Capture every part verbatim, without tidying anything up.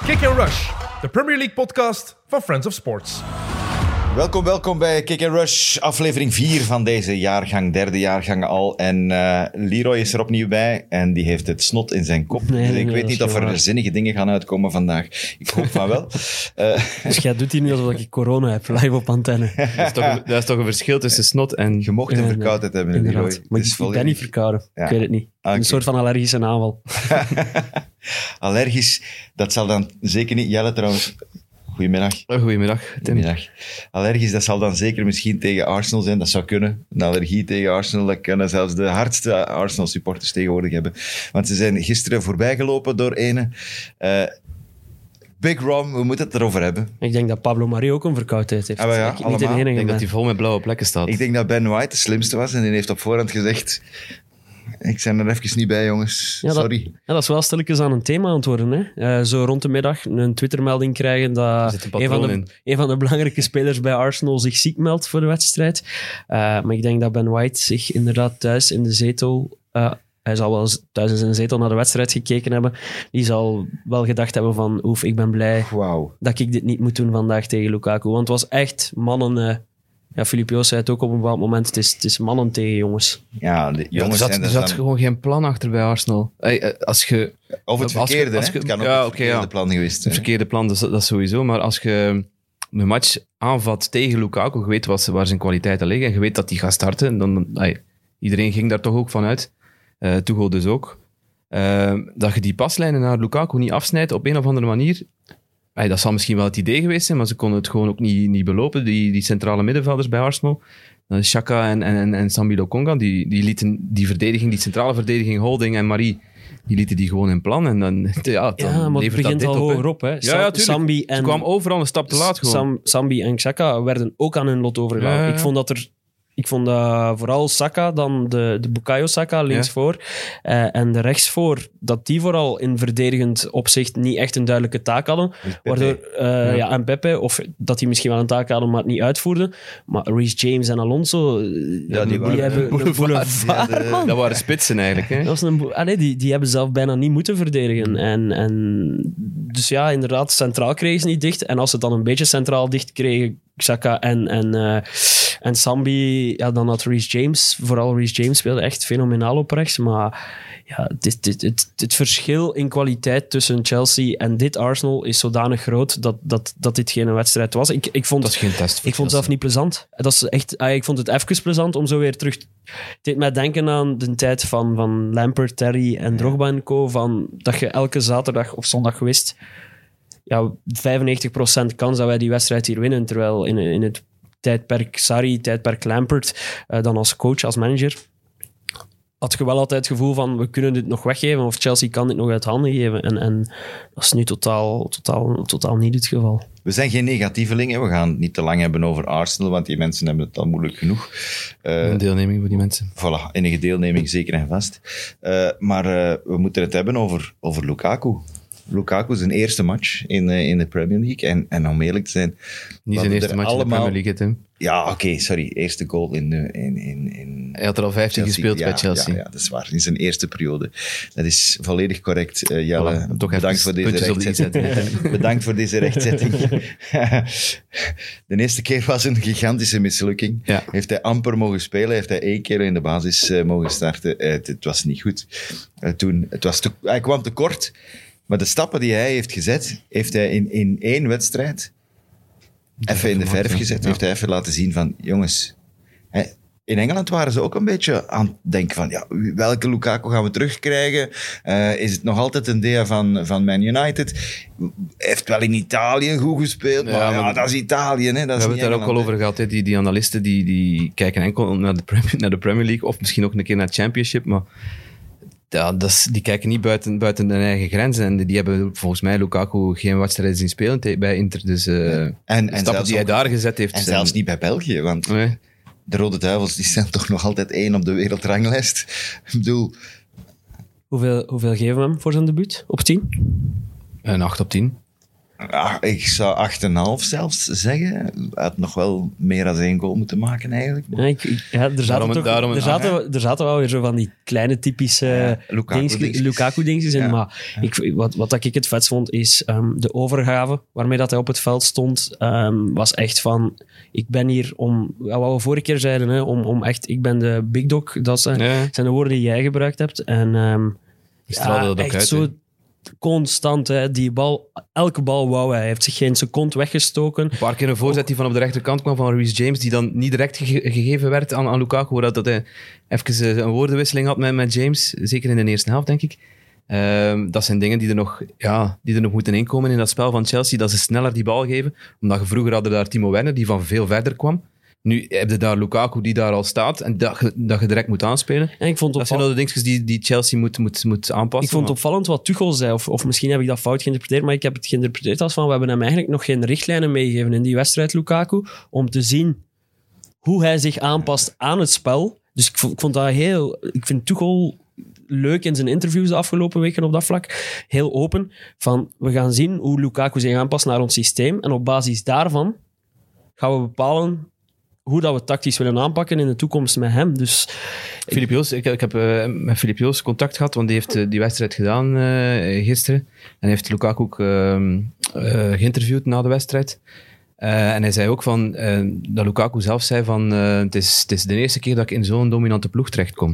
Kick and Rush, de Premier League podcast van Friends of Sports. Welkom, welkom bij Kick and Rush, aflevering vier van deze jaargang, derde jaargang al. En uh, Leroy is er opnieuw bij en die heeft het snot in zijn kop. Nee, dus ik nee, weet niet of er waar. zinnige dingen gaan uitkomen vandaag. Ik hoop van wel. Uh, Dus jij doet hier nu alsof ik corona heb, live op antenne. Dat is, toch, dat is toch een verschil tussen snot en... je mocht een Ja, verkoudheid hebben, Inderdaad. Leroy. Maar Het is ik, ik ben volledig- niet verkouden. Ja. Ik weet het niet. Ah, Een oké. soort van allergische aanval. Allergisch, dat zal dan zeker niet... Jelle trouwens... Goedemiddag. Oh, goedemiddag, Tim. Goedemiddag. Allergisch, dat zal dan zeker misschien tegen Arsenal zijn. Dat zou kunnen. Een allergie tegen Arsenal, dat kunnen zelfs de hardste Arsenal-supporters tegenwoordig hebben. Want ze zijn gisteren voorbijgelopen door ene. Uh, Big Rom, we moeten het erover hebben. Ik denk dat Pablo Mari ook een verkoudheid heeft. Ah, maar ja, dat ik niet de allemaal. enige Ik denk ben. dat hij vol met blauwe plekken staat. Ik denk dat Ben White de slimste was en die heeft op voorhand gezegd... Ik ben er even niet bij, jongens. Ja, dat- Sorry. Ja, dat is wel stilletjes aan een thema aan het worden. Hè? Uh, zo rond de middag een Twittermelding krijgen Er dat zit een een van, patroon de, in. een van de belangrijke spelers bij Arsenal zich ziek meldt voor de wedstrijd. Uh, maar ik denk dat Ben White zich inderdaad thuis in de zetel... Uh, hij zal wel eens thuis in zijn zetel naar de wedstrijd gekeken hebben. Die zal wel gedacht hebben van... Oef, ik ben blij Wauw. dat ik dit niet moet doen vandaag tegen Lukaku. Want het was echt mannen... Uh, ja, Filip Joos zei het ook op een bepaald moment. Het is, het is mannen tegen jongens. Ja, de Ja, er jongens zat, zijn er er zat dan... gewoon geen plan achter bij Arsenal. Hey, eh, als je... Of het als je- verkeerde, als hè? je- Het kan ook ja, het oké, verkeerde ja. plan geweest Het zijn. verkeerde plan, dat is, dat is sowieso. Maar als je een match aanvat tegen Lukaku, je weet wat, ze- waar zijn kwaliteiten liggen en je weet dat hij gaat starten, dan... Hey, iedereen ging daar toch ook van uit. Uh, Tuchel dus ook. Uh, dat je die paslijnen naar Lukaku niet afsnijdt op een of andere manier... Hey, dat zal misschien wel het idee geweest zijn, maar ze konden het gewoon ook niet, niet belopen, die, die centrale middenvelders bij Arsenal. Uh, Xhaka en, en, en Sambi Lokonga, die, die lieten die verdediging, die centrale verdediging, Holding en Marie, die lieten die gewoon in plan. En dan, ja, dan Ja, maar het levert dat begint dit al op, hè. hoger op. Hè. Ja, ja, Sam- tuurlijk. Sambi Ze en, kwamen overal een stap te laat gewoon. Sam, Sambi en Xhaka werden ook aan hun lot overgelaten. Ja, ja. Ik vond dat er... Ik vond dat vooral Saka, dan de, de Bukayo Saka linksvoor uh, en de rechtsvoor, dat die vooral in verdedigend opzicht niet echt een duidelijke taak hadden. Waardoor, uh, ja. ja, en Pepe, of dat die misschien wel een taak hadden, maar het niet uitvoerden. Maar Reece James en Alonso, Ja, die die, waren- hebben boulevard. een boulevard, Ja, de- man. Dat waren spitsen eigenlijk. Hè? Dat was een, boe- Allee, die, die hebben zelf bijna niet moeten verdedigen. En, en, dus ja, inderdaad, centraal kregen ze niet dicht. En als ze het dan een beetje centraal dicht kregen, Xhaka en, en, uh, en Sambi, ja, dan had Reece James, vooral Reece James speelde echt fenomenaal op rechts. Maar ja, dit, dit, het, het verschil in kwaliteit tussen Chelsea en dit Arsenal is zodanig groot dat, dat, dat dit geen wedstrijd was. Ik, ik vond... Dat is geen test voor Ik vond het zelf niet plezant. Dat is echt, ah, ik vond het even plezant om zo weer terug... Het deed mij denken aan de tijd van, van Lampard, Terry en Drogba en co. Van dat je elke zaterdag of zondag wist... Ja, vijfennegentig procent kans dat wij die wedstrijd hier winnen. Terwijl in, in het tijdperk Sarri, tijdperk Lampard, uh, dan als coach, als manager... had je wel altijd het gevoel van, we kunnen dit nog weggeven, of Chelsea kan dit nog uit handen geven. En, en dat is nu totaal, totaal, totaal niet het geval. We zijn geen negatievelingen. We gaan het niet te lang hebben over Arsenal, want die mensen hebben het al moeilijk genoeg. Uh, een deelneming voor die mensen. Voilà, enige deelneming zeker en vast. Uh, maar uh, we moeten het hebben over, over Lukaku. Lukaku zijn eerste match in, uh, in de Premier League. En, en om eerlijk te zijn... Niet zijn eerste match allemaal... in de Premier League, Tim. Ja, oké, okay, sorry. Eerste goal in... De, in, in, in Hij had er al vijftien Chelsea. gespeeld ja, bij Chelsea. Ja, ja, dat is waar. In zijn eerste periode. Dat is volledig correct. Uh, Jelle, voilà, toch bedankt voor deze rechtzetting. Bedankt voor deze rechtzetting. De eerste keer was een gigantische mislukking. Ja. Heeft hij amper mogen spelen. Heeft hij één keer in de basis uh, mogen starten. Uh, het, het was niet goed. Uh, toen, het was te, hij kwam tekort. Maar de stappen die hij heeft gezet, heeft hij in, in één wedstrijd even in de verf gezet. Ja. Heeft hij even laten zien van, jongens... Hè, in Engeland waren ze ook een beetje aan het denken van, ja, welke Lukaku gaan we terugkrijgen? Uh, is het nog altijd een deel van, van Man United? Hij heeft wel in Italië goed gespeeld, maar, ja, maar ja, dat is Italië. Hè, dat we is hebben het daar ook al hè. over gehad. Hè. Die, die analisten die, die kijken enkel naar de, Premier, naar de Premier League, of misschien ook een keer naar het Championship, maar... Ja, dat is, die kijken niet buiten, buiten hun eigen grenzen. En die hebben volgens mij Lukaku geen wedstrijden zien spelen bij Inter. Dus uh, ja. en, de stappen die hij ook, daar gezet heeft... En zijn... zelfs niet bij België, want nee. de Rode Duivels die zijn toch nog altijd één op de wereldranglijst. Ik bedoel... Hoeveel, hoeveel geven we hem voor zijn debuut? Op tien? Een acht op tien. Ah, ik zou acht komma vijf zelfs zeggen. Hij had nog wel meer dan één goal moeten maken eigenlijk. Ja, ik, ik- ja, er zaten, Daarom- toch, daarom een er, zaten, er zaten wel weer zo van die kleine typische Ja, Lukaku-dingetjes. dingetjes- Lukaku-dingetjes in. Ja. Maar ik, wat, wat dat ik het vet vond, is ehm, de overgave waarmee dat hij op het veld stond. ehm, was echt van, ik ben hier om, ja, wat we vorige keer zeiden, hè, om, om echt, ik ben de big dog. Dat zijn, Ja. zijn de woorden die jij gebruikt hebt. En ehm, straalde dat ook echt uit, zo hè. constant, hè, die bal, elke bal wou hij. Hij heeft zich geen seconde weggestoken. Een paar keer een voorzet die van op de rechterkant kwam van Reece James, die dan niet direct ge- gegeven werd aan, aan Lukaku, waar dat hij even een woordenwisseling had met, met James, zeker in de eerste helft, denk ik. Ehm, dat zijn dingen die er, nog, ja, die er nog moeten inkomen in dat spel van Chelsea, dat ze sneller die bal geven. Omdat je vroeger hadden daar Timo Werner, die van veel verder kwam. Nu heb je daar Lukaku, die daar al staat, en dat je, dat je direct moet aanspelen. En ik vond Dat het zijn nou de dingetjes die, die Chelsea moet, moet, moet aanpassen. Ik vond het maar- opvallend wat Tuchel zei, of, of misschien heb ik dat fout geïnterpreteerd, maar ik heb het geïnterpreteerd als van, we hebben hem eigenlijk nog geen richtlijnen meegegeven in die wedstrijd, Lukaku, om te zien hoe hij zich aanpast aan het spel. Dus ik vond, ik vond dat heel... Ik vind Tuchel leuk in zijn interviews de afgelopen weken op dat vlak. Heel open. Van, we gaan zien hoe Lukaku zich aanpast naar ons systeem. En op basis daarvan gaan we bepalen hoe dat we tactisch willen aanpakken in de toekomst met hem. Dus Filip Joos, ik, ik heb uh, met Filip Joos contact gehad, want die heeft uh, die wedstrijd gedaan uh, gisteren. En hij heeft Lukaku ook uh, uh, geïnterviewd na de wedstrijd. Uh, en hij zei ook van, uh, dat Lukaku zelf zei van, uh, het, is, het is de eerste keer dat ik in zo'n dominante ploeg terechtkom.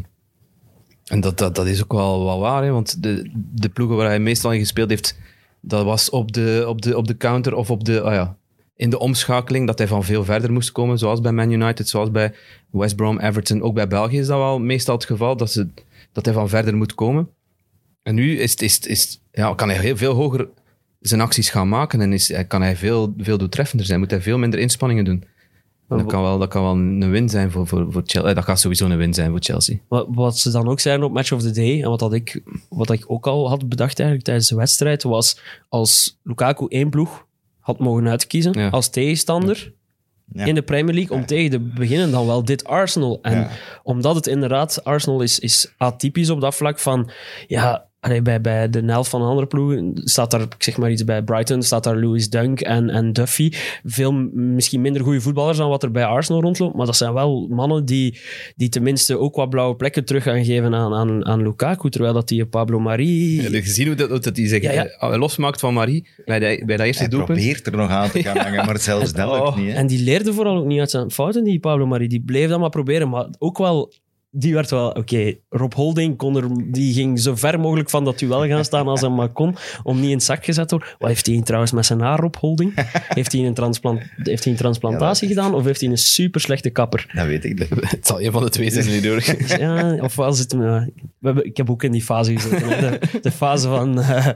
En dat, dat, dat is ook wel, wel waar, hè, want de, de ploegen waar hij meestal in gespeeld heeft, dat was op de, op de, op de counter of op de, oh ja, in de omschakeling, dat hij van veel verder moest komen, zoals bij Man United, zoals bij West Brom, Everton. Ook bij België is dat wel meestal het geval, dat, ze, dat hij van verder moet komen. En nu is, is, is, ja, kan hij heel veel hoger zijn acties gaan maken en is, kan hij veel, veel doeltreffender zijn. Moet hij veel minder inspanningen doen. En dat, kan wel, dat kan wel een win zijn voor, voor, voor Chelsea. Dat gaat sowieso een win zijn voor Chelsea. Wat, wat ze dan ook zeiden op Match of the Day, en wat, dat ik, wat ik ook al had bedacht eigenlijk tijdens de wedstrijd, was als Lukaku één ploeg had mogen uitkiezen Ja. als tegenstander Ja. in de Premier League, om tegen te beginnen dan wel dit Arsenal. En Ja. omdat het inderdaad, Arsenal is, is atypisch op dat vlak van, ja, allee, bij, bij de helft van de andere ploegen staat daar, ik zeg maar iets, bij Brighton staat daar Lewis Dunk en, en Duffy. Veel m- misschien minder goede voetballers dan wat er bij Arsenal rondloopt, maar dat zijn wel mannen die, die tenminste ook wat blauwe plekken terug gaan geven aan, aan, aan Lukaku, terwijl dat die Pablo Mari... Ja, heb je gezien hoe dat, hoe dat hij zich Ja, ja. eh, losmaakt van Marie bij, de, bij dat eerste Hij doelpunt? probeert er nog aan te gaan hangen, maar zelfs dat Oh. ook niet. Hè. En die leerde vooral ook niet uit zijn fouten, die Pablo Mari. Die bleef dat maar proberen, maar ook wel... Die werd wel... Oké, Rob Holding kon er, die ging zo ver mogelijk van dat duel gaan staan als hij maar kon, om niet in het zak gezet te worden. Wat heeft hij trouwens met zijn haar, Rob Holding? Heeft hij een, transplant, heeft hij een transplantatie Ja, dat- gedaan of heeft hij een super slechte kapper? Dat weet ik. Dat- Het zal een van de twee zijn niet door. Ja, of was het... uh, we hebben, ik heb ook in die fase gezeten. hè. De, de fase van, uh,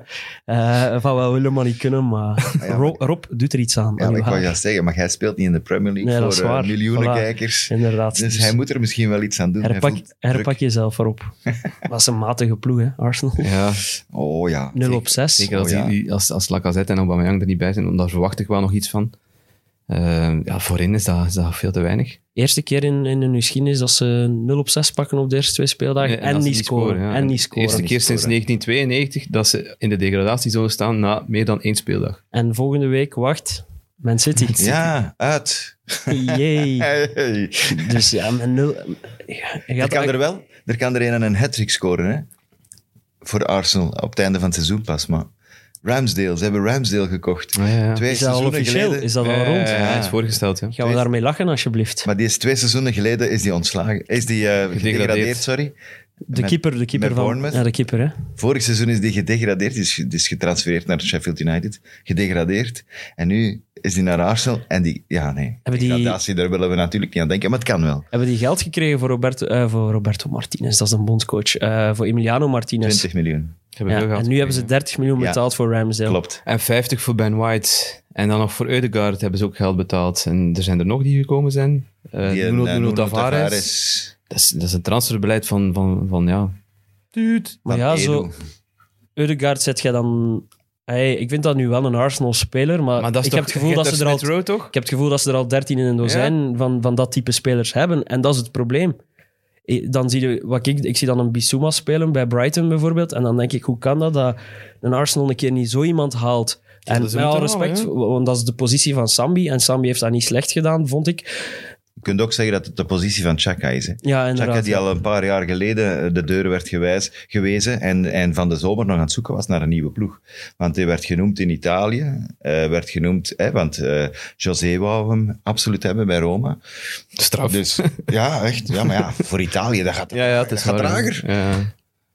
uh, van we willen maar niet kunnen, maar ja, Rob, Rob doet er iets aan. Ja, aan maar uw ik wou haar. juist zeggen, maar hij speelt niet in de Premier League Nee, dat is voor eh, waar. miljoenen Voilà. kijkers. Inderdaad. Dus Dus hij moet er misschien wel iets aan doen. Hij herpak, voelt herpak druk. jezelf erop. Dat is een matige ploeg, hè, Arsenal. Ja, Oh ja. nul op zes. zeker als, Oh, ja. die, als, als Lacazette en Aubameyang er niet bij zijn, want daar verwacht ik wel nog iets van. Uh, ja, voorin is dat, is dat veel te weinig. Eerste keer in, in hun geschiedenis dat ze nul op zes pakken op de eerste twee speeldagen Nee, en, dat ze niet scoren. ja. En niet scoren. Eerste keer Niet sinds scoren. negentien tweeënnegentig dat ze in de degradatiezone staan na meer dan één speeldag. En volgende week, wacht, Man City. Ja, uit. Jee. Hey. Dus ja, met nul... Je Er gaat kan er wel er kan er een een hat-trick scoren, hè? Voor Arsenal, op het einde van het seizoen pas. Maar Ramsdale, ze hebben Ramsdale gekocht. Ja, ja. Twee Is dat al seizoenen officieel? geleden. Is dat al Ja, rond? ja, ja, hij is voorgesteld. Ja. Gaan we daarmee lachen, alsjeblieft? Maar die is twee seizoenen geleden is die ontslagen. Is die eh, gedegradeerd, sorry. De Met- keeper, de keeper met van... Bournemouth? Ja, de keeper, hè. Vorig seizoen is die gedegradeerd, die is, die is getransfereerd naar Sheffield United. Gedegradeerd. En nu is die naar Arsenal. En die, ja nee, Hebben die- degradatie, daar willen we natuurlijk niet aan denken, maar het kan wel. Hebben die geld gekregen voor Roberto, eh, voor Roberto Martinez, dat is een bondscoach, eh, voor Emiliano Martinez. twintig miljoen. Hebben Ja, veel geld en nu hebben ze gekregen. dertig miljoen Ja. betaald voor Ramsdale. Klopt. En vijftig voor Ben White. En dan nog voor Ødegaard hebben ze ook geld betaald. En er zijn er nog die gekomen zijn. Uh, Die, Nuno, eh, Nuno Nuno Tavares. Tavares. Dat is, dat is een transferbeleid van, van, van ja... Maar Van ja, Edu. zo... Ødegaard zet jij dan... Hey, ik vind dat nu wel een Arsenal-speler, maar, Maar dat is ik, toch, heb het gevoel dat ze er al, Smith Rowe, toch? ik heb het gevoel dat ze er al dertien in een dozijn van, van dat type spelers hebben. En dat is het probleem. Eh, Dan zie je, wat ik, ik zie dan een Bissouma spelen bij Brighton bijvoorbeeld. En dan denk ik, hoe kan dat dat een Arsenal een keer niet zo iemand haalt En dat is met een alle moeten respect, halen, want dat is de positie van Sambi. En Sambi heeft dat niet slecht gedaan, vond ik. Je kunt ook zeggen dat het de positie van Xhaka is. Hè. Ja, inderdaad. Xhaka die ja. al een paar jaar geleden de deur werd gewijs, gewezen en, en van de zomer nog aan het zoeken was naar een nieuwe ploeg. Want hij werd genoemd in Italië, uh, werd genoemd, hè, want uh, José wou hem absoluut hebben bij Roma. Straf. Dus ja, echt. Ja, maar ja, voor Italië, dat gaat, ja, ja, het is dat gaat waar, trager. Ja.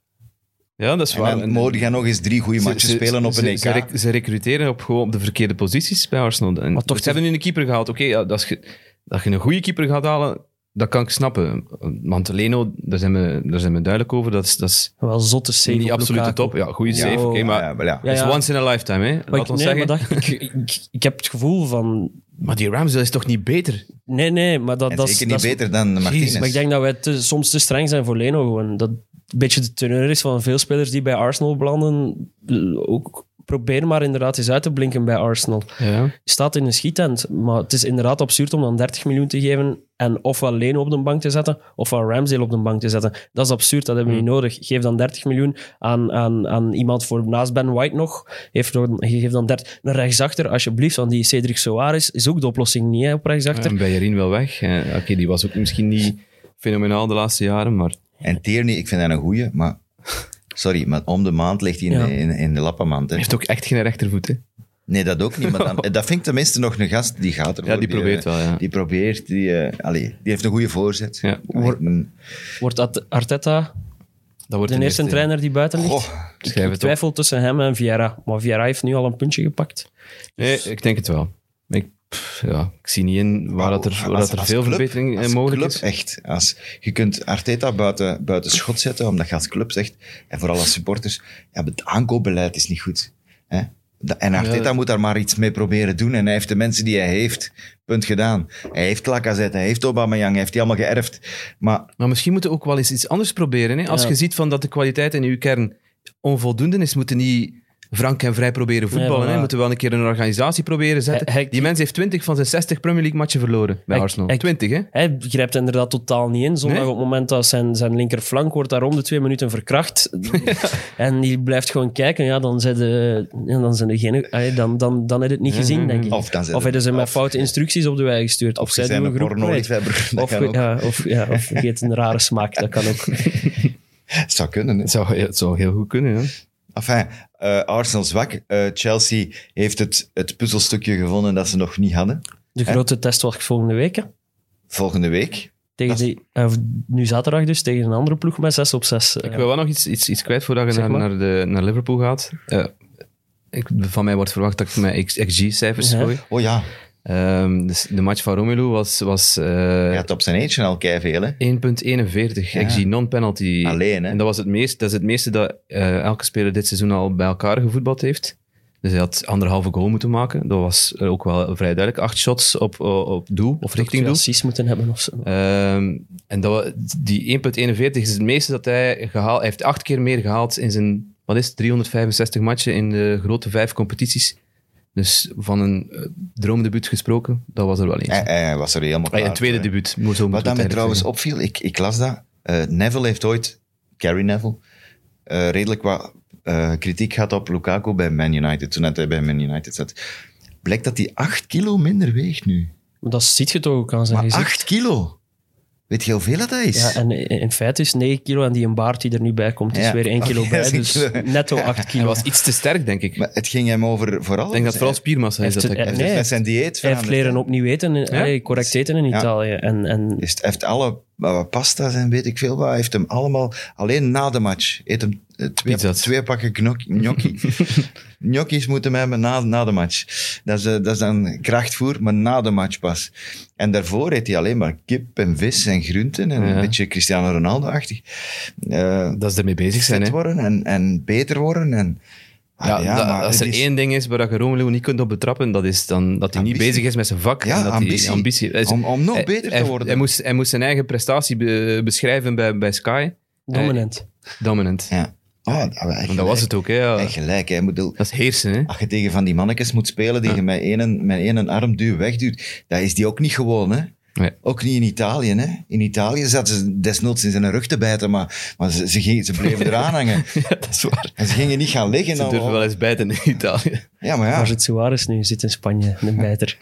Ja, dat is En waar. dan mogen die gaan nog eens drie goede Ze- matchen ze- spelen op ze- een E K. Ze, rec- ze recruteren op, gewoon op de verkeerde posities bij Arsenal. En Maar toch ze hebben nu een keeper gehaald. Oké, ja, dat, is ge- dat je een goede keeper gaat halen, dat kan ik snappen. Want Leno, daar zijn we, daar zijn we duidelijk over. Dat is, dat is Wel zotte save niet op absolute Lukaku. top. Ja, goede Ja, save, oké, ja, maar ja, maar ja. Ja, het is ja. once in a lifetime, hè. Maar Laat ik, ons nee, zeggen. maar dat, ik, ik, ik heb het gevoel van... Maar die Ramsdale is toch niet beter? Nee, nee, maar dat, En dat is... zeker dat niet is- beter dan Martinez. Jezus, maar ik denk dat wij te, soms te streng zijn voor Leno. Gewoon. Dat een beetje de teneur is van veel spelers die bij Arsenal belanden. Ook probeer maar inderdaad eens uit te blinken bij Arsenal. Ja. Je staat in een schietent, maar het is inderdaad absurd om dan dertig miljoen te geven en ofwel Leno op de bank te zetten, ofwel Ramsdale op de bank te zetten. Dat is absurd, dat hebben we niet nodig. Geef dan dertig miljoen aan, aan, aan iemand voor naast Ben White nog. Geef, geef dan dertig... Een rechtsachter, alsjeblieft, want die Cedric Soares is ook de oplossing niet, hè, op rechtsachter. En Bellerin wel weg. Eh, Oké, die was ook misschien niet fenomenaal de laatste jaren, maar... En Tierney, ik vind dat een goeie, maar... Sorry, maar om de maand ligt hij in, Ja. de, in, in de lappenmand. Hè. Hij heeft ook echt geen rechtervoet, hè. Nee, dat ook niet. Maar dan, dat vind ik tenminste nog een gast die gaat ervoor. Ja, die probeert eh, wel, ja. Die probeert, die, uh, allee, die heeft een goede voorzet. Ja. Wor- een, Wordt dat Arteta Dat wordt de eerste trainer die buiten ligt? goh, Schrijf Ik het op. twijfel tussen hem en Vieira. Maar Vieira heeft nu al een puntje gepakt. Nee, ik denk het wel. Ik, pff, ja, ik zie niet in waar, dat er, waar als- dat er als veel club- verbetering eh, als mogelijk club is. Echt. Als, je kunt Arteta buiten, buiten schot zetten, omdat je als club zegt, en vooral als supporters, ja, het aankoopbeleid is niet goed. Hè? Da- En Arteta Ja. moet daar maar iets mee proberen doen. En hij heeft de mensen die hij heeft, punt gedaan. Hij heeft Lacazette, hij heeft Aubameyang, hij heeft die allemaal geërfd. Maar Maar misschien moeten we ook wel eens iets anders proberen. Hè? Als Ja. je ziet van dat de kwaliteit in uw kern onvoldoende is, moeten niet frank en vrij proberen voetballen. Nee, hè? voilà. Moeten we wel een keer een organisatie proberen zetten. Hij- hij- Die mens heeft twintig van zijn zestig Premier League matchen verloren bij Hij- Arsenal. hij- twintig, hè? Hij grijpt inderdaad totaal niet in. Zondag Nee? op het moment dat zijn, zijn linkerflank wordt daar om de twee minuten verkracht. En die blijft gewoon kijken. Ja, dan zijn de, ja, dan zijn de geen, allee, dan, dan, dan heb je het niet gezien, denk ik. Of dan zijn Of hebben ze met of- foute instructies op de wei gestuurd. Of, of zij ze zijn doen een een groep kwijt. porno-liefhebber. Dat Of, kan ook. ja, of, ja, of vergeet een rare smaak. Dat kan ook. Het zou kunnen, hè. Het zou, het zou heel goed kunnen, ja. Enfin, uh, Arsenal zwak. Uh, Chelsea heeft het, het puzzelstukje gevonden dat ze nog niet hadden. De grote test was volgende week. hè. Volgende week. Tegen Dat is- die, uh, nu zaterdag dus, tegen een andere ploeg met zes op zes. Ik wil wel nog iets, iets, iets kwijt voordat je Zeg naar, maar. naar, de, naar Liverpool gaat. Eh, ik, van mij wordt verwacht dat ik mijn X G-cijfers Ja. gooi. Oh ja, Ehm, dus de match van Romelu was, was eh, hij had op zijn eentje al keiveel, hè. één komma eenenveertig Ja. X G non-penalty. Alleen, hè. En dat, was het meest, dat is het meeste dat eh, elke speler dit seizoen al bij elkaar gevoetbald heeft. Dus hij had anderhalve goal moeten maken. Dat was eh, ook wel vrij duidelijk. Acht shots op, op, op doel, of richting doel. assists moeten hebben of zo. Ehm, en dat, wa- die één komma eenenveertig is het meeste dat hij gehaald. Hij heeft acht keer meer gehaald in zijn, wat is het, driehonderdvijfenzestig matchen in de grote vijf competities. Dus van een uh, droomdebuut gesproken, dat was er wel eens. Hij, hij was er helemaal Ah, klaar een tweede voor, hè. debuut, moet zo Wat moeten dat we mij het trouwens eigenlijk opviel, ik, ik las dat. Uh, Neville heeft ooit, Gary Neville, uh, redelijk wat uh, kritiek gehad op Lukaku bij Man United, toen hij bij Man United zat. Blijkt dat hij acht kilo minder weegt nu. Maar dat ziet je toch ook aan zijn Maar gezicht. acht kilo? Weet je hoeveel dat is? Ja, en in feite is negen kilo en die een baard die er nu bij komt, is Ja. weer één kilo Oké, bij. dat is Dus een kilo. netto acht zeggen. Hij kilo. was iets te sterk, denk ik. Maar het ging hem over vooral... Ik denk dat vooral spiermassa is. Heeft Dat het- ik- Hij Nee, heeft hij met zijn dieet Hij heeft veranderd, leren hè. opnieuw eten, in- Ja? allee, correct eten in Ja. Italië. En, en Hij heeft- heeft alle uh, pasta's en weet ik veel wat, hij heeft hem allemaal, alleen na de match, eet hem uh, twee, Pizza's. twee pakken gnocchi. gnocchi. Gnocchi's moeten hem hebben na, na de match. Dat is, uh, dat is dan krachtvoer, maar na de match pas. En daarvoor eet hij alleen maar kip en vis en groenten en Ja. een beetje Cristiano Ronaldo-achtig. Uh, Dat ze ermee bezig zijn. fit Hè. worden en, en beter worden. En, Ja, Ah, dat- maar als het er is- één ding is waar je Romelu niet kunt op betrappen, dat is dan dat hij niet Ambitie. bezig is met zijn vak. Ja, en dat ambitie. Hij, ambitie. Hij is- Om, om nog hij- beter hij, te worden. Hij moest, hij moest zijn eigen prestatie be- beschrijven bij, bij Sky. dominant. Dominant. Ja. Oh, dat, En dat was het ook. Hè, ja. Echt gelijk. Hij moet, Dat is heersen. Hè. als je tegen van die mannetjes moet spelen die Ja. je met één, met één arm duw wegduwt, dat is die ook niet gewoon, hè. Nee. Ook niet in Italië. Hè? In Italië zaten ze desnoods in zijn rug te bijten, maar, maar ze, ze, gingen, ze bleven eraan hangen. Ja, dat is waar. En ze gingen niet gaan liggen. Ze nou, durven wel eens bijten in Italië. Ja, maar ja. Waar zit Suarez nu? Zit in Spanje, een bijter.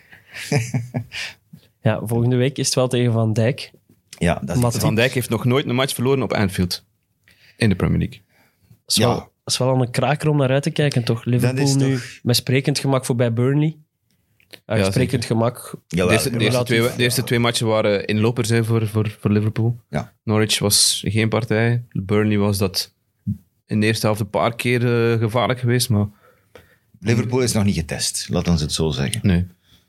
Ja, volgende week is het wel tegen Van Dijk. Ja, dat is Mat- Van Dijk heeft nog nooit een match verloren op Anfield. In de Premier League. Dat is, wel, Ja. dat is wel al een kraker om naar uit te kijken, toch? Liverpool is nu toch- met sprekend gemak voorbij Burnley. Uh, Ja, sprekend gemak. Jawel, De eerste, de, eerste relatief- twee, de eerste twee matchen waren inlopers hè, voor, voor, voor Liverpool. Ja. Norwich was geen partij. Burnley was dat in de eerste helft een paar keer uh, gevaarlijk geweest, maar Liverpool is nog niet getest, laat ons het zo zeggen. nee.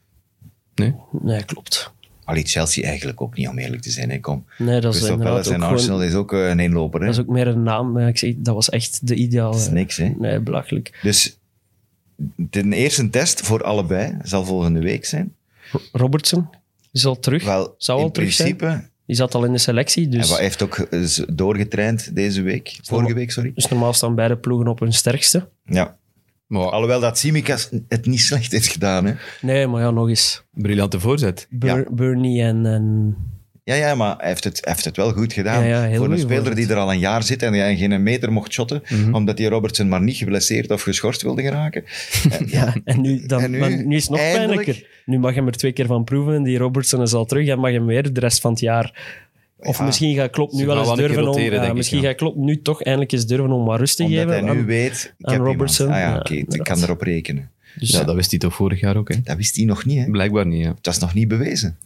Nee? Nee, klopt. Allee, Chelsea eigenlijk ook niet, om eerlijk te zijn. Hè. Kom. Nee, dat is Crystal inderdaad Palace ook en gewoon- Arsenal is ook eh, een eenloper. Hè. Dat is ook meer een naam. Maar ik zeg, dat was echt de ideale. Dat is niks, hè. Nee, belachelijk. Dus de eerste test voor allebei zal volgende week zijn. Robertson is al terug. Wel, Zou al in terug zijn. principe, Die zat al in de selectie. Dus, hij heeft ook eh, z- doorgetraind deze week. Vorige week, sorry. dus normaal staan beide ploegen op hun sterkste. Ja. Maar Alhoewel dat Tsimikas het niet slecht heeft gedaan. Hè. Nee, maar ja, nog eens. briljante voorzet. Bur- Ja. Burnley en... en Ja, ja, maar hij heeft het, hij heeft het wel goed gedaan. Ja, ja, heel voor een goeie speler voorzet. die er al een jaar zit en die geen meter mocht shotten, Mhm. omdat die Robertson maar niet geblesseerd of geschorst wilde geraken. En, ja, Ja, en nu, dan, En nu, maar nu is het nog eindelijk- pijnlijker. Nu mag je hem er twee keer van proeven. Die Robertson is al terug en mag je hem weer de rest van het jaar. Of Ja, misschien gaat Klopp nu ze wel gaan eens wel een keer durven om... roteren, ja, denk ik, misschien ja. gaat Klopp nu toch eindelijk eens durven om wat rust te omdat geven. hij nu aan- weet, ik aan heb Robertson. iemand. Ah ja, Ja, oké, ik inderdaad. kan erop rekenen. Dus Ja, dat wist hij toch vorig jaar ook, hè? Dat wist hij nog niet, hè. Blijkbaar niet, ja. Dat is nog niet bewezen.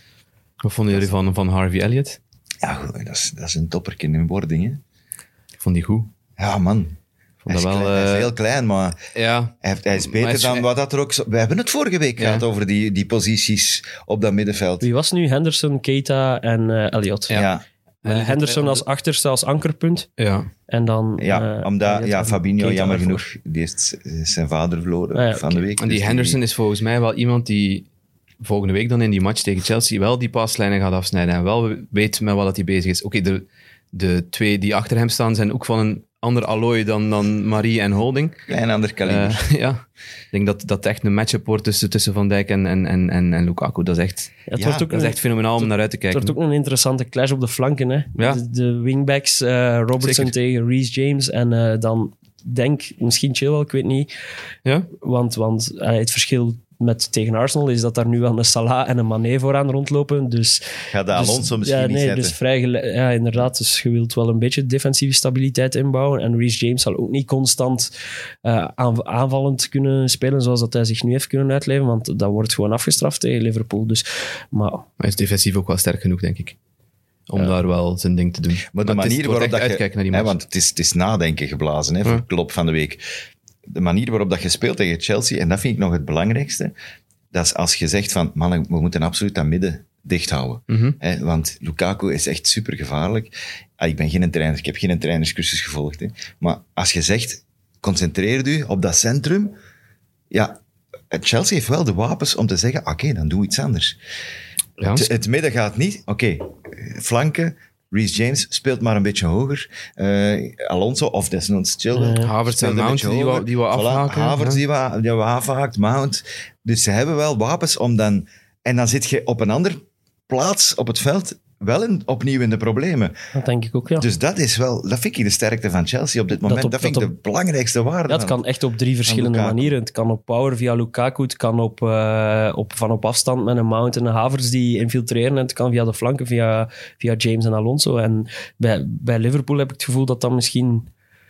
Wat vonden jullie van, van Harvey Elliott? Ja, goed, dat is, dat is een topperke in wording, hè. Ik vond die goed. Ja, man. Vond Hij is, dat wel... klein, hij is eh, heel klein, maar ja, hij, heeft- hij is Maar beter hij is- dan wat dat er ook... Zo, we hebben het vorige week Ja. gehad over die, die posities op dat middenveld. Wie was nu? Henderson, Keita en eh Elliot. Ja, ja, Eh, Henderson als achterste, als ankerpunt. ja. En dan... eh, omdat Elliot ja, en Fabinho, Keita jammer daarvoor. genoeg, die heeft zijn vader verloren Ah ja, van oké. de week. En die dus Henderson is volgens mij wel iemand die volgende week dan in die match tegen Chelsea wel die paslijnen gaat afsnijden en wel weet met wat hij bezig is. Oké, de, de twee die achter hem staan zijn ook van een ander allooi dan, dan Marie en Holding. Klein ander kaliber. Eh, ja, ik denk dat dat echt een matchup wordt tussen, tussen Van Dijk en, en, en, en, en Lukaku. Dat is echt, Ja, het Ja, wordt ook dat is een- echt fenomenaal om naar uit te Het kijken. wordt ook een interessante clash op de flanken. Hè? Ja. De, de wingbacks, eh, Robertson Zeker. tegen Reece James. En eh, dan denk misschien Chilwell, ik weet niet. Ja? Want, want eh, het verschil met tegen Arsenal is dat daar nu wel een Salah en een Mané vooraan rondlopen. Dus, Gaat de Alonso dus, misschien ja, niet nee, zetten. dus vrij gele- ja, inderdaad. Dus je wilt wel een beetje defensieve stabiliteit inbouwen. En Reece James zal ook niet constant eh, aan- aanvallend kunnen spelen zoals dat hij zich nu heeft kunnen uitleven. Want dat wordt gewoon afgestraft tegen Liverpool. Dus, maar Hij is defensief ook wel sterk genoeg, denk ik. Om daar wel zijn ding te doen. Maar de het is- manier het wordt waarop echt dat je... uitkijken naar die hè, match. want het is, het is nadenken geblazen, hè, voor Ja. Klopp van de week. De manier waarop dat je speelt tegen Chelsea, en dat vind ik nog het belangrijkste, dat is als je zegt van, mannen, we moeten absoluut dat midden dicht houden. Mhm. Hè, want Lukaku is echt super gevaarlijk. Ah, ik ben geen trainer, ik heb geen trainerscursus gevolgd. Hè. Maar als je zegt, concentreer u op dat centrum, ja, Chelsea heeft wel de wapens om te zeggen, oké, dan doe iets anders. Ja. Het, het midden gaat niet, oké, flanken, Reece James speelt maar een beetje hoger. Eh, Alonso, of desnoods Chilwell. Ja. Havertz en speelt een Mount, beetje die hoger. wat- die wat Voilà, afhaken. Havertz Ja. die wat, die wat afhaakt, Mount. Dus ze hebben wel wapens om dan... En dan zit je op een andere plaats op het veld wel in, opnieuw in de problemen. dat denk ik ook, ja. Dus dat is wel... Dat vind ik de sterkte van Chelsea op dit moment. op- Dat, vind dat ik de belangrijkste waarde. Ja, het van- kan echt op drie verschillende Lukaku. manieren. Het kan op power via Lukaku, het kan op, eh, op, van op afstand met een Mount en een Havertz die infiltreren. En het kan via de flanken, via, via James en Alonso. En bij, bij Liverpool heb ik het gevoel dat dat misschien...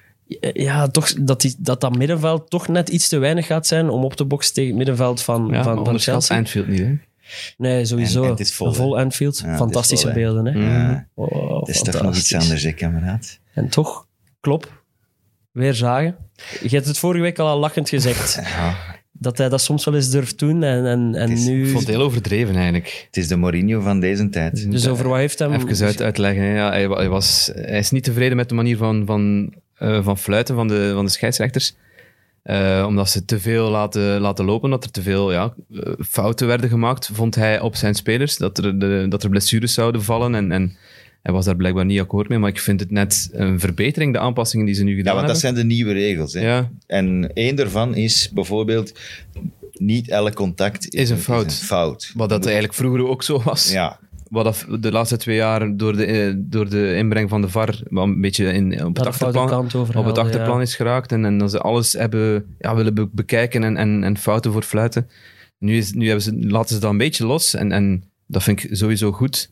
Ja, toch, dat, die, dat dat middenveld toch net iets te weinig gaat zijn om op te boksen tegen het middenveld van, Ja, van, van onderschat Chelsea. Anfield niet, hè? Nee, sowieso. En- en het is vol, Een vol hè? Anfield. Ja, het is Fantastische vol, hè? beelden. Hè? Ja, Oh, het is toch nog iets fantastisch. anders, hè, kameraad? En toch, Klopp, weer zagen. Je hebt het vorige week al, al lachend gezegd. Ja, Dat hij dat soms wel eens durft doen. En, en, en Het is- nu... Ik vond het heel overdreven, eigenlijk. het is de Mourinho van deze tijd. Dus over wat heeft hem... Even uit, uitleggen. hè. Ja, hij, wa- hij, was, hij is niet tevreden met de manier van, van, eh, van fluiten van de, van de scheidsrechters. Eh, omdat ze te veel laten, laten lopen, dat er te veel ja, eh, fouten werden gemaakt, vond hij op zijn spelers. Dat er, de, dat er blessures zouden vallen. En, en hij was daar blijkbaar niet akkoord mee. Maar ik vind het net een verbetering, de aanpassingen die ze nu Ja, gedaan want dat hebben. zijn de nieuwe regels. Hè. Ja, En één daarvan is bijvoorbeeld niet elk contact Is een fout. Is een fout. Wat dat eigenlijk vroeger ook zo was. Ja, Wat dat de laatste twee jaar door de, eh, door de inbreng van de V A R wel een beetje in, op het Daar de foute achterplan, kant over op het haalde, achterplan ja. is geraakt. En, en dat ze alles hebben ja, willen be- bekijken en, en, en fouten voor fluiten. Nu, is, nu hebben ze, laten ze dat een beetje los. En, en dat vind ik sowieso goed.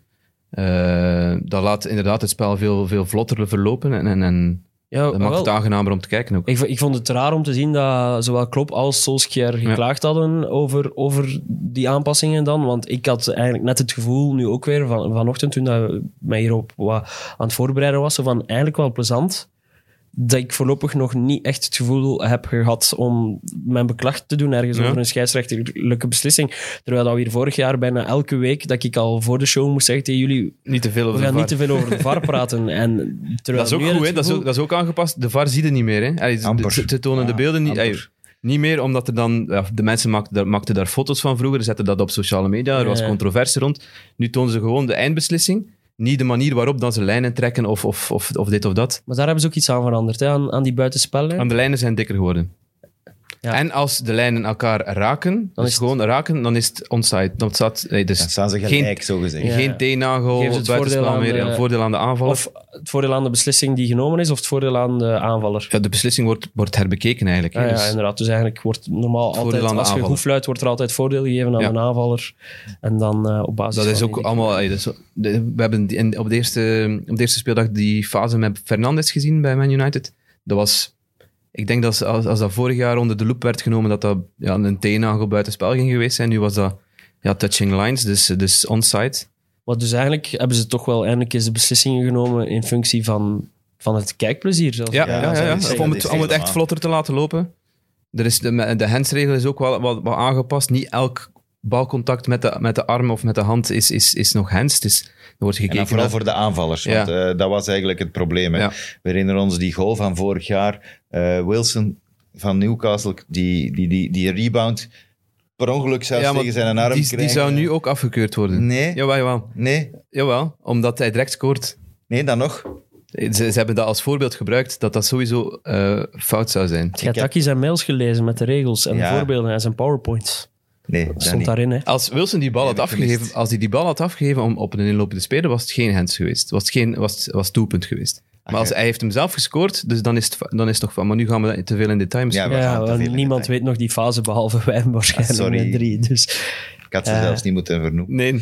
Uh, dat laat inderdaad het spel veel, veel vlotter verlopen. En, en, en Ja, dat maakt wel. het aangenamer om te kijken ook. Ik, v- ik vond het raar om te zien dat zowel Klopp als Solskjaer geklaagd hadden over, over die aanpassingen dan. Want ik had eigenlijk net het gevoel, nu ook weer van, vanochtend toen dat mij hierop wat aan het voorbereiden was, zo van eigenlijk wel plezant, dat ik voorlopig nog niet echt het gevoel heb gehad om mijn beklag te doen ergens Ja. over een scheidsrechterlijke beslissing. Terwijl dat we hier vorig jaar bijna elke week, dat ik al voor de show moest zeggen tegen jullie, Niet te veel over we gaan de niet V A te R. veel over de V A R praten. En terwijl Dat is ook nu goed, het hè? Dat, is gevoel- ook, dat is ook aangepast. De V A R zie je niet meer. Hè? Allee, Amper. Ze, ze tonen de Ja, beelden niet, amper. allee, niet meer, omdat er dan... Ja, de mensen maakten daar, maakten daar foto's van vroeger, zetten dat op sociale media, er was Ja. controverse rond. Nu tonen ze gewoon de eindbeslissing, niet de manier waarop dan ze lijnen trekken of, of, of, of dit of dat. Maar daar hebben ze ook iets aan veranderd, hè, aan, aan die buitenspellen. En de lijnen zijn dikker geworden. Ja. En als de lijnen elkaar raken, Dan dus is het- gewoon raken, dan is het onside. Dan staat, nee, dus dan staan ze geen, gelijk, zo gezegd. Ja. geen teennagel, Geven ze het buitenspel voordeel aan meer, de- ja, voordeel aan de aanvaller. Of het voordeel aan de beslissing die genomen is, of het voordeel aan de aanvaller. Ja, de beslissing wordt, wordt herbekeken eigenlijk. hè. Ah, ja, Dus- inderdaad. Dus eigenlijk wordt normaal voordeel altijd, aan de als je aanvaller. goed fluit, wordt er altijd voordeel gegeven aan Ja. de aanvaller. En dan eh, op basis Dat is van ook die- allemaal... ey, dat is- de- we hebben die- in, op, de eerste, op de eerste speeldag die fase met Fernandes gezien bij Man United. Dat was... Ik denk dat als, als dat vorig jaar onder de loep werd genomen, dat dat ja, een teennagel buiten spel ging geweest zijn. Nu was dat ja, touching lines, dus, dus onside. Maar dus eigenlijk hebben ze toch wel eindelijk eens de beslissingen genomen in functie van, van het kijkplezier. Zelfs. Ja, Ja, ja, ja, dat ja. is- Of om, dat het, is om het echt helemaal. vlotter te laten lopen. Er is de, de handsregel is ook wel wat, wat aangepast. Niet elk balcontact met de, met de arm of met de hand is, is, is nog hands. Het is, er wordt En gekeken dan vooral naar- voor de aanvallers, Ja. want eh, dat was eigenlijk het probleem. Hè. Ja. We herinneren ons die goal van vorig jaar. eh, Wilson van Newcastle, die, die, die, die rebound per ongeluk zelfs Ja, maar tegen zijn arm die, die krijgen. zou nu ook afgekeurd worden. Nee, Jawel, jawel. nee, Jawel, omdat hij direct scoort. nee, dan nog. Ze, ze hebben dat als voorbeeld gebruikt, dat dat sowieso eh, fout zou zijn. Je hebt Taki zijn mails gelezen met de regels en Ja. de voorbeelden en zijn powerpoints. Nee, Dat dat stond niet. daarin, hè. Als Wilson die bal Die had heb ik gemist. afgegeven, als hij die bal had afgegeven om op een inlopende speler, was het geen hands geweest. Was het geen, was, het- was het doelpunt geweest. Maar als ja. hij heeft hem zelf gescoord, dus dan is het, dan is het nog van. Maar nu gaan we te veel in detail misschien. Ja, we Ja, gaan te want veel in niemand detail. weet nog die fase, behalve wij waarschijnlijk Ah, sorry. met drie. Dus Ik had ze Eh. zelfs niet moeten vernoemen. Nee,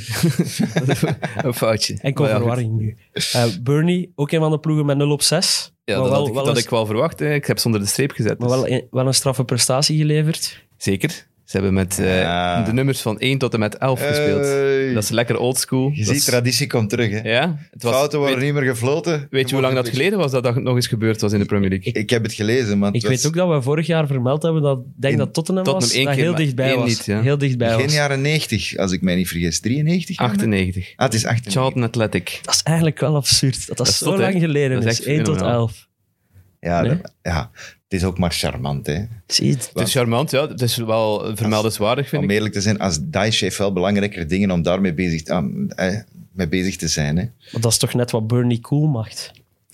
een foutje. enkel Maar ja, verwarring nu. Eh Burnley, ook een van de ploegen met nul op zes. Ja, maar dat, wel, had ik, wel dat een, ik wel verwacht. Hè. Ik heb zonder de streep gezet. maar dus- wel, een, wel een straffe prestatie geleverd. Zeker. Ze hebben met eh, Ja. de nummers van één tot en met elf gespeeld. Hey. Dat is lekker oldschool. Je Dat ziet, is- traditie komt terug. Hè. Ja, het was, Fouten worden weet, niet meer gefloten. weet je hoe lang dat geleden was dat dat nog eens gebeurd was in de Premier League? Ik heb het gelezen, maar het Ik was weet ook dat we vorig jaar vermeld hebben dat ik denk In dat Tottenham, Tottenham was, één dat keer, heel maar dichtbij één was. niet, ja. Heel dichtbij begin was. jaren negentig, als ik mij niet vergis. drieënnegentig? achtennegentig. Ah, het is achtennegentig. Charlton Athletic. Dat is eigenlijk wel absurd. Dat dat, is zo zot, hè? lang geleden Dat is is. echt één tot fenomenaal. elf. Ja, Nee? dat- ja, het is ook maar charmant. Hè. Zie je het? Het is charmant, ja. Het is wel vermeldenswaardig, vind Om ik. eerlijk te zijn, als Daesh heeft wel belangrijker dingen om daarmee bezig te, aan- eh, mee bezig te zijn. Hè. Maar dat is toch net wat Burnley cool maakt.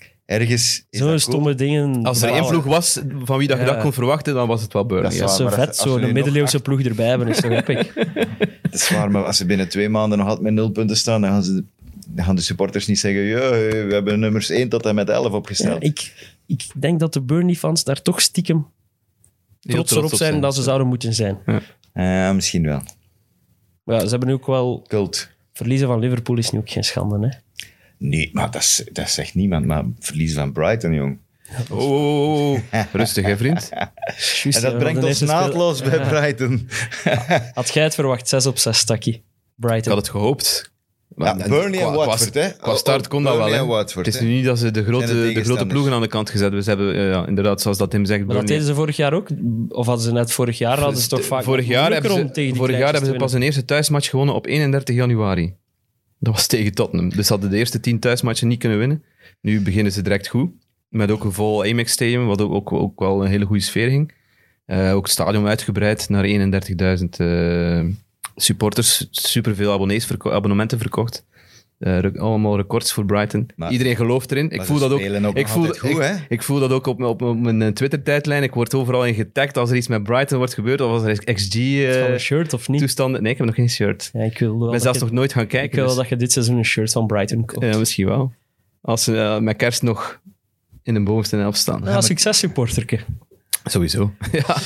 Ergens is Zo'n dat stomme cool. dingen. Als er één bepalen. ploeg was van wie dat je Ja. dat kon verwachten, dan was het wel Burnley. Dat is ja. Dat is waar, zo maar vet, als- als zo'n we nu nog middeleeuwse acht- ploeg erbij hebben, is toch epic. Het is waar, maar als ze binnen twee maanden nog altijd met nul punten staan, dan gaan, ze, dan gaan de supporters niet zeggen ja, we hebben nummers één tot en met elf Ja, opgesteld. ik, ik denk dat de Burnley-fans daar toch stiekem Heel trots op zijn dat ze zouden moeten zijn. Eh, misschien wel. Maar ja, ze hebben nu ook wel... Cult. Verliezen van Liverpool is nu ook geen schande, hè. Nee, maar dat, is, dat zegt niemand. Maar verlies van Brighton, jong. Oh, oh, oh, oh. Rustig, hè, vriend. Juist, En dat ja, brengt de ons eerste speel- naadloos bij Ja. Brighton. Had jij het verwacht? zes op zes, Taki. Ik Brighton. had het gehoopt. Ja, Maar- Burnley en qua- qua- Watford, hè. Qua start kon dat wel, Burnley hè. en Watford, Het is hè. nu niet dat ze de grote, Zijn de de grote tegenstanders. ploegen aan de kant gezet hebben. Ze hebben, eh, ja, inderdaad, zoals dat Tim zegt, Maar dat Burnley... deden ze vorig jaar ook? Of hadden ze net vorig jaar? Hadden ze toch vaak vorig jaar moeilijker hebben om tegen ze, die vorig jaar kleintjes hebben ze te pas een eerste thuismatch gewonnen op eenendertig januari. Dat was tegen Tottenham. Dus ze hadden de eerste tien thuismatchen niet kunnen winnen. Nu beginnen ze direct goed. Met ook een vol Amex Stadium, wat ook, ook, ook wel een hele goede sfeer ging. Uh, ook het stadion uitgebreid naar eenendertigduizend uh, supporters. Superveel abonnees verko- abonnementen verkocht. Uh, rec- allemaal records voor Brighton. Maar- Iedereen gelooft erin. Ik Maar voel ze dat ook. spelen ook ik, nog voel, altijd goed, ik, hè? ik voel dat ook op, op, op mijn Twitter-tijdlijn. Ik word overal in getagd als er iets met Brighton wordt gebeurd. Of als er X Van een G-toestanden... shirt of niet? nee, ik heb nog geen shirt. Ja, ik wil wel Ik ben dat zelfs je- nog nooit gaan ik kijken. wil dus- dat je dit seizoen een shirt van Brighton koopt. Ja, misschien wel. Als ze uh, met kerst nog in de bovenste helft staan. Ja, successupporterke. Sowieso. ja.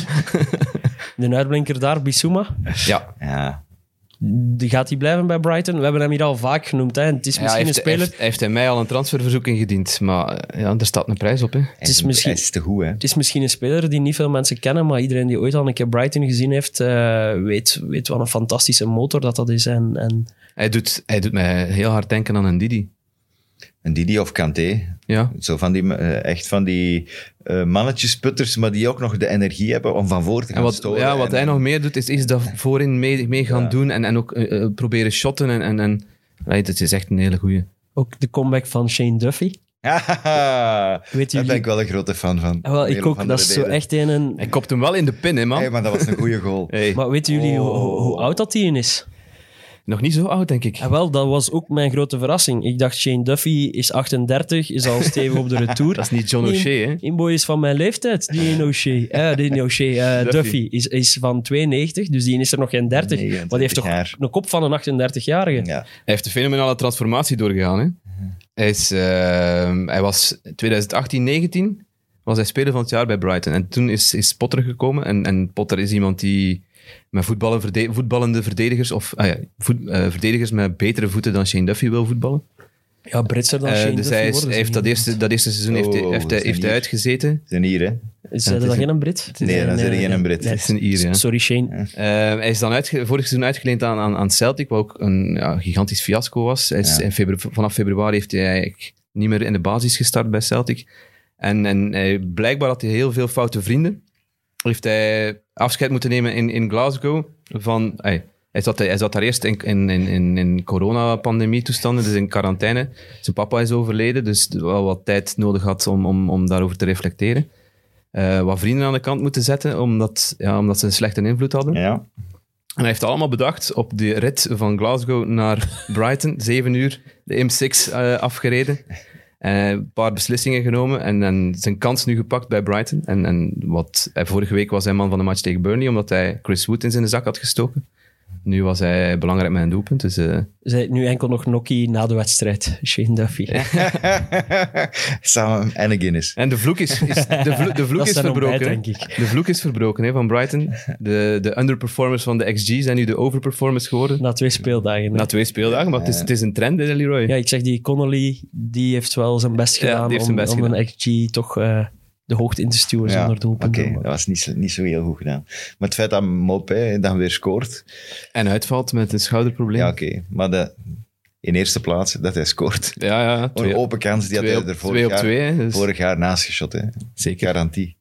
De uitblinker daar, Bissouma. ja. Ja. Die gaat hij blijven bij Brighton? We hebben hem hier al vaak genoemd. Hè. Het is Ja, misschien hij, heeft, een speler... hij, heeft, hij heeft in mij al een transferverzoek ingediend. Maar uh, ja, er staat een prijs op. Hè. Hij is is, misschien- hij is te goed, hè. Het is misschien een speler die niet veel mensen kennen, maar iedereen die ooit al een keer Brighton gezien heeft, uh, weet, weet wat een fantastische motor dat dat is. En, en... Hij, doet, hij doet mij heel hard denken aan een Didi. Een Didi of Kanté. Ja. Zo van die, uh, echt van die uh, mannetjesputters, maar die ook nog de energie hebben om van voor te gaan En wat, storen. ja, wat en, hij nog meer doet, is, is dat voorin mee, mee gaan Ja. doen en, en ook uh, uh, proberen shotten. En, en, en, right, het is echt een hele goeie. Ook de comeback van Shane Duffy. Haha, Weet daar jullie... ben ik wel een grote fan van. Ah, wel, Om ik een ook. of Dat andere is zo reden. echt een... een... Hij kopt hem wel in de pin, hè, man. Hey, maar dat was een goede goal. Hey. Maar weten jullie hoe, Oh. hoe, hoe oud dat die is? Nog niet zo oud, denk ik. Ah, wel, dat was ook mijn grote verrassing. Ik dacht, Shane Duffy is achtendertig, is al stevig op de retour. Dat is niet John O'Shea, hè? Inboy is van mijn leeftijd, die in O'Shea. Eh, die in O'Shea. Eh, Duffy. Duffy is, is van tweeënnegentig, dus die is er nog geen dertig. negenentwintig Maar die heeft toch jaar. een kop van een achtendertig-jarige? Ja. Hij heeft een fenomenale transformatie doorgegaan. Hè? Hij, is, uh, hij was twintig achttien negentien was hij speler van het jaar bij Brighton. En toen is, is Potter gekomen. En, en Potter is iemand die met voetballen, verde- voetballende verdedigers, of ah ja, voet, uh, verdedigers met betere voeten dan Shane Duffy wil voetballen. Ja, Britser dan Uh, Shane dus Duffy hij, is, worden hij ze heeft dat niet. eerste, dat eerste seizoen heeft, hij- Oh, heeft, hij, dat is heeft hij een uitgezeten. Zijn hier, hè. Is Ja, dat het is geen een Brit? Nee, dan zeg je geen Brit. nee. Het is een Ier, ja. Sorry, Shane. Uh, hij is dan uitge- vorig seizoen uitgeleend aan, aan, aan Celtic, wat ook een ja, gigantisch fiasco was. Hij is Ja. in febru- vanaf februari heeft hij eigenlijk niet meer in de basis gestart bij Celtic. En, en hij, blijkbaar had hij heel veel foute vrienden. Heeft hij afscheid moeten nemen in, in Glasgow. Van, hij, hij, zat, hij zat daar eerst in, in, in, in coronapandemie-toestanden, dus in quarantaine. Zijn papa is overleden, dus wel wat tijd nodig had om, om, om daarover te reflecteren. Uh, wat vrienden aan de kant moeten zetten, omdat, ja, omdat ze een slechte invloed hadden. Ja. En hij heeft allemaal bedacht op de rit van Glasgow naar Brighton. Zeven uur de M zes uh, afgereden. Uh, een paar beslissingen genomen en, en zijn kans nu gepakt bij Brighton. En, en wat, uh, vorige week was hij man van de match tegen Burnley, omdat hij Chris Wood in zijn zak had gestoken. Nu was hij belangrijk met een doelpunt. Dus, uh... Zij nu enkel nog Nokkie na de wedstrijd, Shane Duffy. Samen en een Guinness. En de vloek is, is, de vloek, de vloek Dat is zijn verbroken. ontbijt, hè. denk ik. De vloek is verbroken hè, van Brighton. De, de underperformers van de X G zijn nu de overperformers geworden. Na twee speeldagen. hè. Na twee speeldagen, maar het is, het is een trend, hè, Leroy. Ja, ik zeg, die Connolly, die heeft wel zijn best Ja, gedaan die heeft om, zijn best om gedaan. een X G toch uh, de hoogte in te stuwen Ja, zonder Oké, doelpunten. dat was niet, zo- niet zo heel goed gedaan. Maar het feit dat Mopé dan weer scoort... En uitvalt met een schouderprobleem. Ja, oké. Maar de, in eerste plaats dat hij scoort. ja, ja. Een Twee, open kans, die had twee hij op, er vorig twee op jaar, twee. Hè, dus vorig jaar naast geschot. Hè. zeker. Garantie.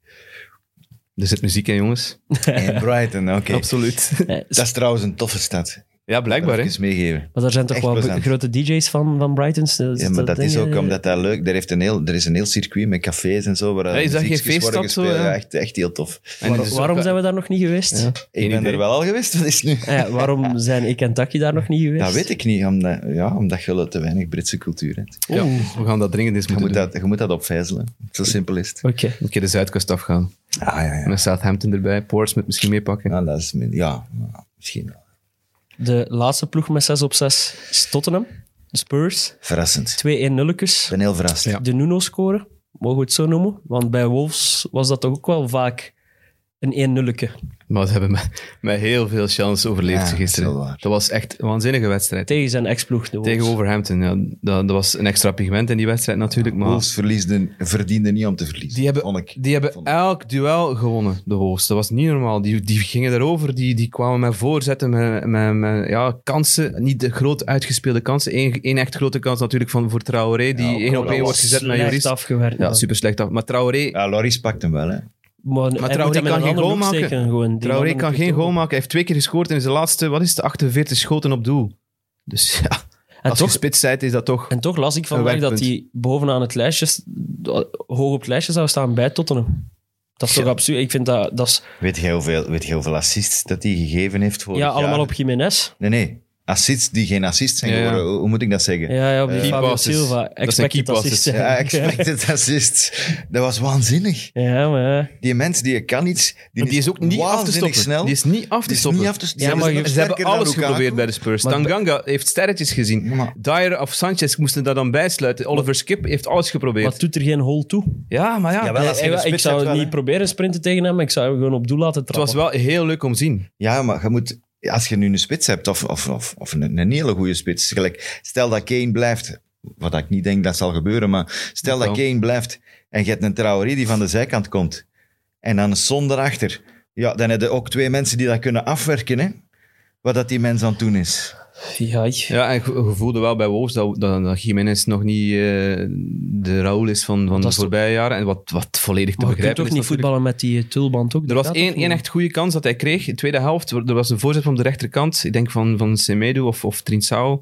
Er zit muziek in, jongens. En Brighton, oké. Absoluut. Nee, Dat is trouwens een toffe stad. Ja, blijkbaar. Hè. Even meegeven. maar daar zijn toch Echt wel plezant. grote D J's van, van Brightons. Dus Ja, maar dat is dingen- ook omdat dat leuk... Er, heeft een heel, er is een heel circuit met cafés en zo. Waar Ja, is dat geen muziekjes worden feeststad zo, gespeeld. ja? Ja, echt, echt heel tof. En Waar- het is waarom ook- zijn we daar nog niet geweest? Ja. Ja. Ik Geen ben idee. er wel al geweest. Wat is het nu? waarom zijn ik en Taki daar nog niet geweest? Dat weet ik niet. Omdat, ja, omdat je te weinig Britse cultuur hebt. Ja, we gaan dat dringend eens Je moeten moet, doen. dat, je moet dat opvijzelen. Zo simpel is het. Oké. Een keer de Zuidkust afgaan. Ah, ja, ja. Met Southampton erbij. Portsmouth misschien meepakken. Ja, dat is, min- ja, ja, misschien wel. De laatste ploeg met zes op zes is Tottenham. De Spurs. Verrassend. twee een nulletjes. Ik ben heel verrast. Ja. De Nuno-score, mogen we het zo noemen? Want bij Wolves was dat toch ook wel vaak een één nulletje. Maar ze hebben met, met heel veel chance overleefd Ja, ze dat is gisteren. wel waar. Dat was echt een waanzinnige wedstrijd. Tegen zijn ex-ploeg, de Wolves. Tegen Wolverhampton. Ja, dat, dat was een extra pigment in die wedstrijd natuurlijk. Maar Wolves verliesden, verdienden niet om te verliezen. die hebben, vond ik. die hebben Vond ik. elk duel gewonnen, de Wolves. Dat was niet normaal. Die, die gingen erover, die, die kwamen met voorzetten, met, met, met ja, kansen. Niet de groot uitgespeelde kansen. Eén één echt grote kans natuurlijk van, voor Traoré, die Ja, één op dat één was wordt gezet met Slecht Joris. afgewerkt. Ja, super slecht af. Maar Traoré, Ja, Loris pakt hem wel, hè. Maar, hij moet Traoré hem in kan een geen andere goal hoek maken. steken, gewoon. Die Traoré man kan moet geen het goal doen. maken. Hij heeft twee keer gescoord en is de laatste, wat is het, achtenveertig schoten op doel. Dus ja, En als je toch, spits bent, is dat toch... en toch las ik vandaag Een dat werkpunt. hij bovenaan het lijstje, hoog op het lijstje zou staan bij Tottenham. Dat is toch Ja. absurd? Ik vind dat, dat is, Weet jij hoeveel, weet jij hoeveel assists dat hij gegeven heeft voor ja, allemaal op Jiménez. Nee, nee. assists die geen assists zijn Ja, ja. geworden. Hoe, hoe moet ik dat zeggen? Ja, ja, op die Eh, Fabio passes. Silva. Dat zijn Expected key passes. assists. Ja, expected assists. Dat was waanzinnig. Ja, maar ja. Die mens die kan iets, die, Die is ook niet af te waanzinnig stoppen. snel. Die is niet af te Die is stoppen. niet af te stoppen. Ja, maar Zijn je- nog Ze hebben sterker dan alles Lukaku? geprobeerd bij de Spurs. Maar- Tanganga heeft sterretjes gezien. Ja, maar- Dyer of Sanchez moesten daar dan bijsluiten. Oliver Skip heeft alles geprobeerd. Wat doet er geen hol toe? Ja, maar ja, Jawel, als je ik een ik spits zou hebt wel, niet hè. proberen sprinten tegen hem, maar ik zou hem gewoon op doel laten het trappen. was wel heel leuk om te zien. Ja, maar je moet, als je nu een spits hebt, of, of, of, of een, een hele goede spits, gelijk, stel dat Kane blijft, wat ik niet denk dat zal gebeuren, maar stel dat Wel. Kane blijft en je hebt een Traoré die van de zijkant komt en dan een Son erachter, ja, dan heb je ook twee mensen die dat kunnen afwerken, hè? Wat dat die mens aan het doen is. Ja, Ja, en je je voelde wel bij Wolves dat, dat, dat Jiménez nog niet eh, de Raúl is van, van dat de is voorbije jaren. En wat, wat volledig te maar je kunt begrijpen toch is niet natuurlijk. voetballen met die tulband ook? Er Dat was gaat één, toch één niet? echt goede kans dat hij kreeg. In de tweede helft, er was een voorzet op de rechterkant. Ik denk van, van Semedo of, of Trincao.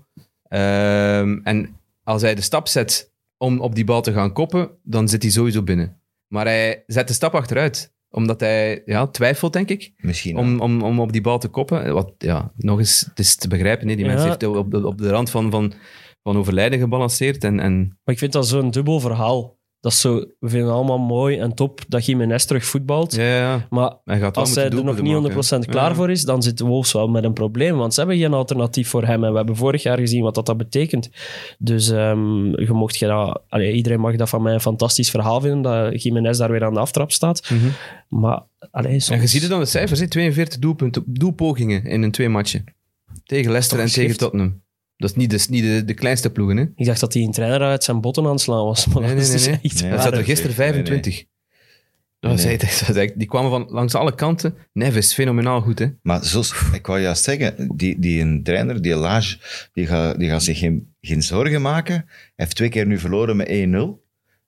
Ehm, en als hij de stap zet om op die bal te gaan koppen, dan zit hij sowieso binnen. Maar hij zet de stap achteruit. Omdat hij ja, twijfelt, denk ik, Misschien wel. om, om, om op die bal te koppen. Wat, ja, nog eens, het is te begrijpen. Hè. Die Ja. mens heeft op de, op de rand van, van, van overlijden gebalanceerd. En, en Maar ik vind dat zo'n dubbel verhaal. Dat is zo, we vinden het allemaal mooi en top dat Jiménez terug voetbalt. ja, ja, Maar hij gaat wel als hij er moeten nog niet doelpunten honderd procent maken, klaar hè. voor is, dan zit de Wolves wel met een probleem. Want ze hebben geen alternatief voor hem. En we hebben vorig jaar gezien wat dat, dat betekent. Dus ehm, je mocht je dat, allee, iedereen mag dat van mij een fantastisch verhaal vinden, dat Jiménez daar weer aan de aftrap staat. Ja. Mhm. Maar allee, soms... En je ziet het aan de cijfers, hè. tweeënveertig doelpunten, doelpogingen in een twee matchen. Tegen Leicester en Toch tegen geschift. Tottenham. Dat is niet, dat is niet de, de kleinste ploegen, hè. Ik dacht dat hij een trainer uit zijn botten aan het slaan was. Maar Nee, dat is nee, dus nee, echt nee. Er waar. zaten er dat gisteren is- nee, nee. vijfentwintig. Dat was Nee. echt- dat was echt- die kwamen van langs alle kanten. Neves, fenomenaal goed, hè. Maar zoals, ik wou juist zeggen, die, die een trainer, die Lage, die gaat, die gaat zich geen, geen zorgen maken. Hij heeft twee keer nu verloren met één nul.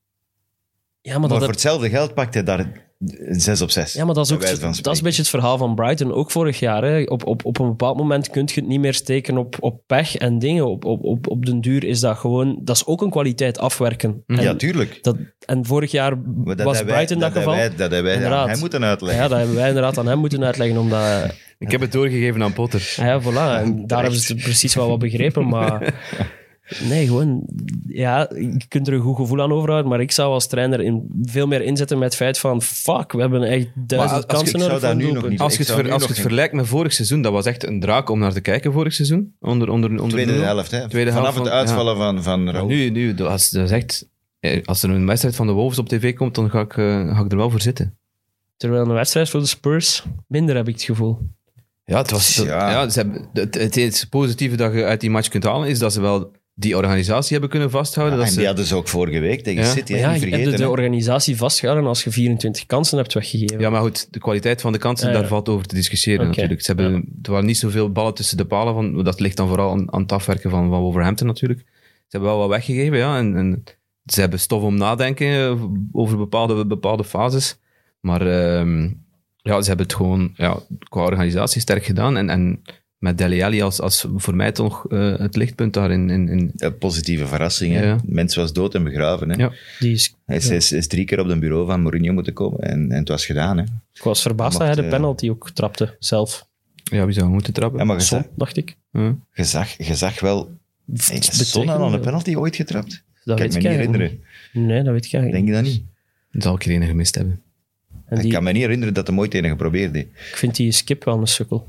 Ja, maar Maar, dat voor heb- hetzelfde geld pakt hij daar een zes op zes. Ja, maar dat is, ook, bij wijze van dat is een spreken. beetje het verhaal van Brighton, ook vorig jaar. Hè. Op, op, op een bepaald moment kun je het niet meer steken op, op pech en dingen. Op, op, op, op den duur is dat gewoon... Dat is ook een kwaliteit afwerken. En, Ja, tuurlijk. dat, en vorig jaar Maar dat was hebben Brighton wij, dat, geval. hebben wij, dat hebben wij Inderdaad. aan hem moeten uitleggen. Ja, dat hebben wij inderdaad aan hem moeten uitleggen, omdat... Ik heb het doorgegeven aan Potter. Ah ja, voilà. En daar hebben ze het precies wel wat begrepen, maar... Nee, gewoon... Ja, je kunt er een goed gevoel aan overhouden, maar ik zou als trainer in, veel meer inzetten met het feit van fuck, we hebben echt duizend als je- kansen ik zou nodig dat voor een nu nog doelpunt. niet- Als je Ik het, zou ver- nu als je nog het geen- vergelijkt met vorig seizoen, dat was echt een draak om naar te kijken vorig seizoen. Onder, onder, onder Tweede Nuno. helft, hè. Tweede Vanaf helft het van- uitvallen van, van Maar Raúl. nu, nu dat is, dat is echt... eh, Als er een wedstrijd van de Wolves op tv komt, dan ga ik, eh, ga ik er wel voor zitten. Terwijl een wedstrijd voor de Spurs minder, heb ik het gevoel. Ja, het was... dat- Ja. ja. ze hebben, het, het, het positieve dat je uit die match kunt halen, is dat ze wel die organisatie hebben kunnen vasthouden. Ja, dat en ze, die hadden ze ook vorige week tegen Ja. City, Maar hè, ja, niet je hebt vergeten. de hè. organisatie vastgehouden als je vierentwintig kansen hebt weggegeven. Ja, maar goed, de kwaliteit van de kansen, Ja, ja. daar valt over te discussiëren Oké. natuurlijk. Ze hebben, Er waren niet zoveel ballen tussen de palen, van, dat ligt dan vooral aan, aan het afwerken van, van Wolverhampton natuurlijk. Ze hebben wel wat weggegeven, ja, en, en ze hebben stof om nadenken eh, over bepaalde, bepaalde fases. Maar ehm, ja, ze hebben het gewoon ja, qua organisatie sterk gedaan. En, en met Dele Alli als, als voor mij toch eh, het lichtpunt daar in... in, in Ja, positieve verrassing. Hè. Ja. Mens was dood en begraven. Hè. Ja. Die is, Hij is, is, is drie keer op het bureau van Mourinho moeten komen en, en het was gedaan. Hè. ik was verbaasd dat Mocht, hij de eh, penalty ook trapte, zelf. ja, wie zou moeten trappen? Ja, maar je Son, zag, dacht ik. Ja. je zag, je zag wel... Hey, Het is Son betekent- aan een penalty ooit getrapt? Dat kan weet ik me niet eigenlijk herinneren. Nee, dat weet ik eigenlijk Denk je dat niet? Dat zal ik er een gemist hebben. En Ik die, kan me niet herinneren dat hij ooit een geprobeerd heeft. ik vind die skip wel een sukkel.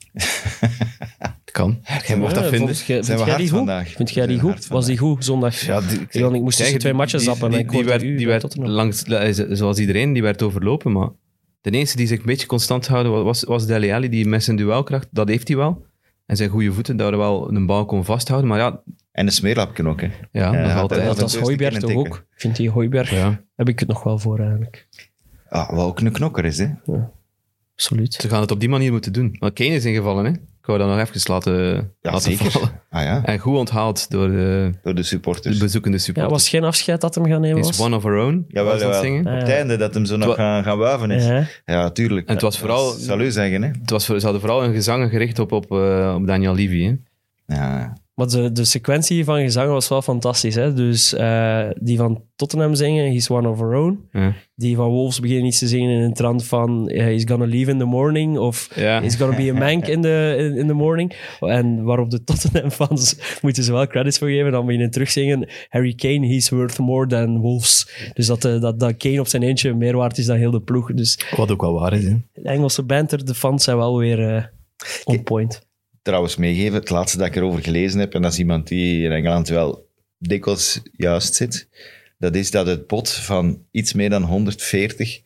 Het kan. Jij mocht dat Ja, vinden. volgens- Vind Zijn we jij hard die goed? vandaag? Vind jij Zijn die we goed? hard Was die goed zondag? Ja, die, Ik, want ik moest tussen twee matches zappen en die, ik die, hoorde werd, u die bij werd Tottenham. langs, zoals iedereen, die werd overlopen, maar de enige die zich een beetje constant houden was, was Dele Alli, die met zijn duelkracht, dat heeft hij wel. En zijn goede voeten daar wel een bal kon vasthouden, maar ja, En een smeerlapje ook. Hè. ja, Ja, nog had altijd. hij Dat wel was een Hooiberg eerste toch keer ook? een Vindt die Hooiberg? Ja. Heb ik het nog wel voor eigenlijk. Ah, wat ook een knokker is. Hè. Absoluut. Ze gaan het op die manier moeten doen. Maar Kane is ingevallen, hè. Ik wou dat nog even laten, Ja, laten zeker. vallen. Ah ja, En goed onthaald door de, door de de supporters. bezoekende Ja, supporters. was geen afscheid dat hem gaan nemen It's was? one of our own. Jawel, was dat jawel. zingen. Ah, Op ja. het einde dat hem zo nog wa- gaan, gaan wuiven is. Ja. Ja, tuurlijk. En het was vooral... Salut zeggen, hè. Het was, voor- ze hadden vooral een gezang gericht op, op, eh, op Daniel Levy, hè. Ja. Maar de, de sequentie van gezang was wel fantastisch. Hè? Dus uh, die van Tottenham zingen, He's One of Our Own. Ja. Die van Wolves beginnen iets te zingen in een trant van uh, He's Gonna Leave in the Morning. Of Ja. He's Gonna Be a Mank in the, in, in the Morning. En waarop de Tottenham-fans moeten ze wel credits voor geven. Dan beginnen terugzingen Harry Kane, he's worth more than Wolves. Dus dat, uh, dat, dat Kane op zijn eentje meer waard is dan heel de ploeg. Dus Wat ook wel waar is, hè. de Engelse banter, de fans zijn wel weer uh, on point. Trouwens meegeven, het laatste dat ik erover gelezen heb, en dat is iemand die in Engeland wel dikwijls juist zit, dat is dat het bod van iets meer dan honderdveertig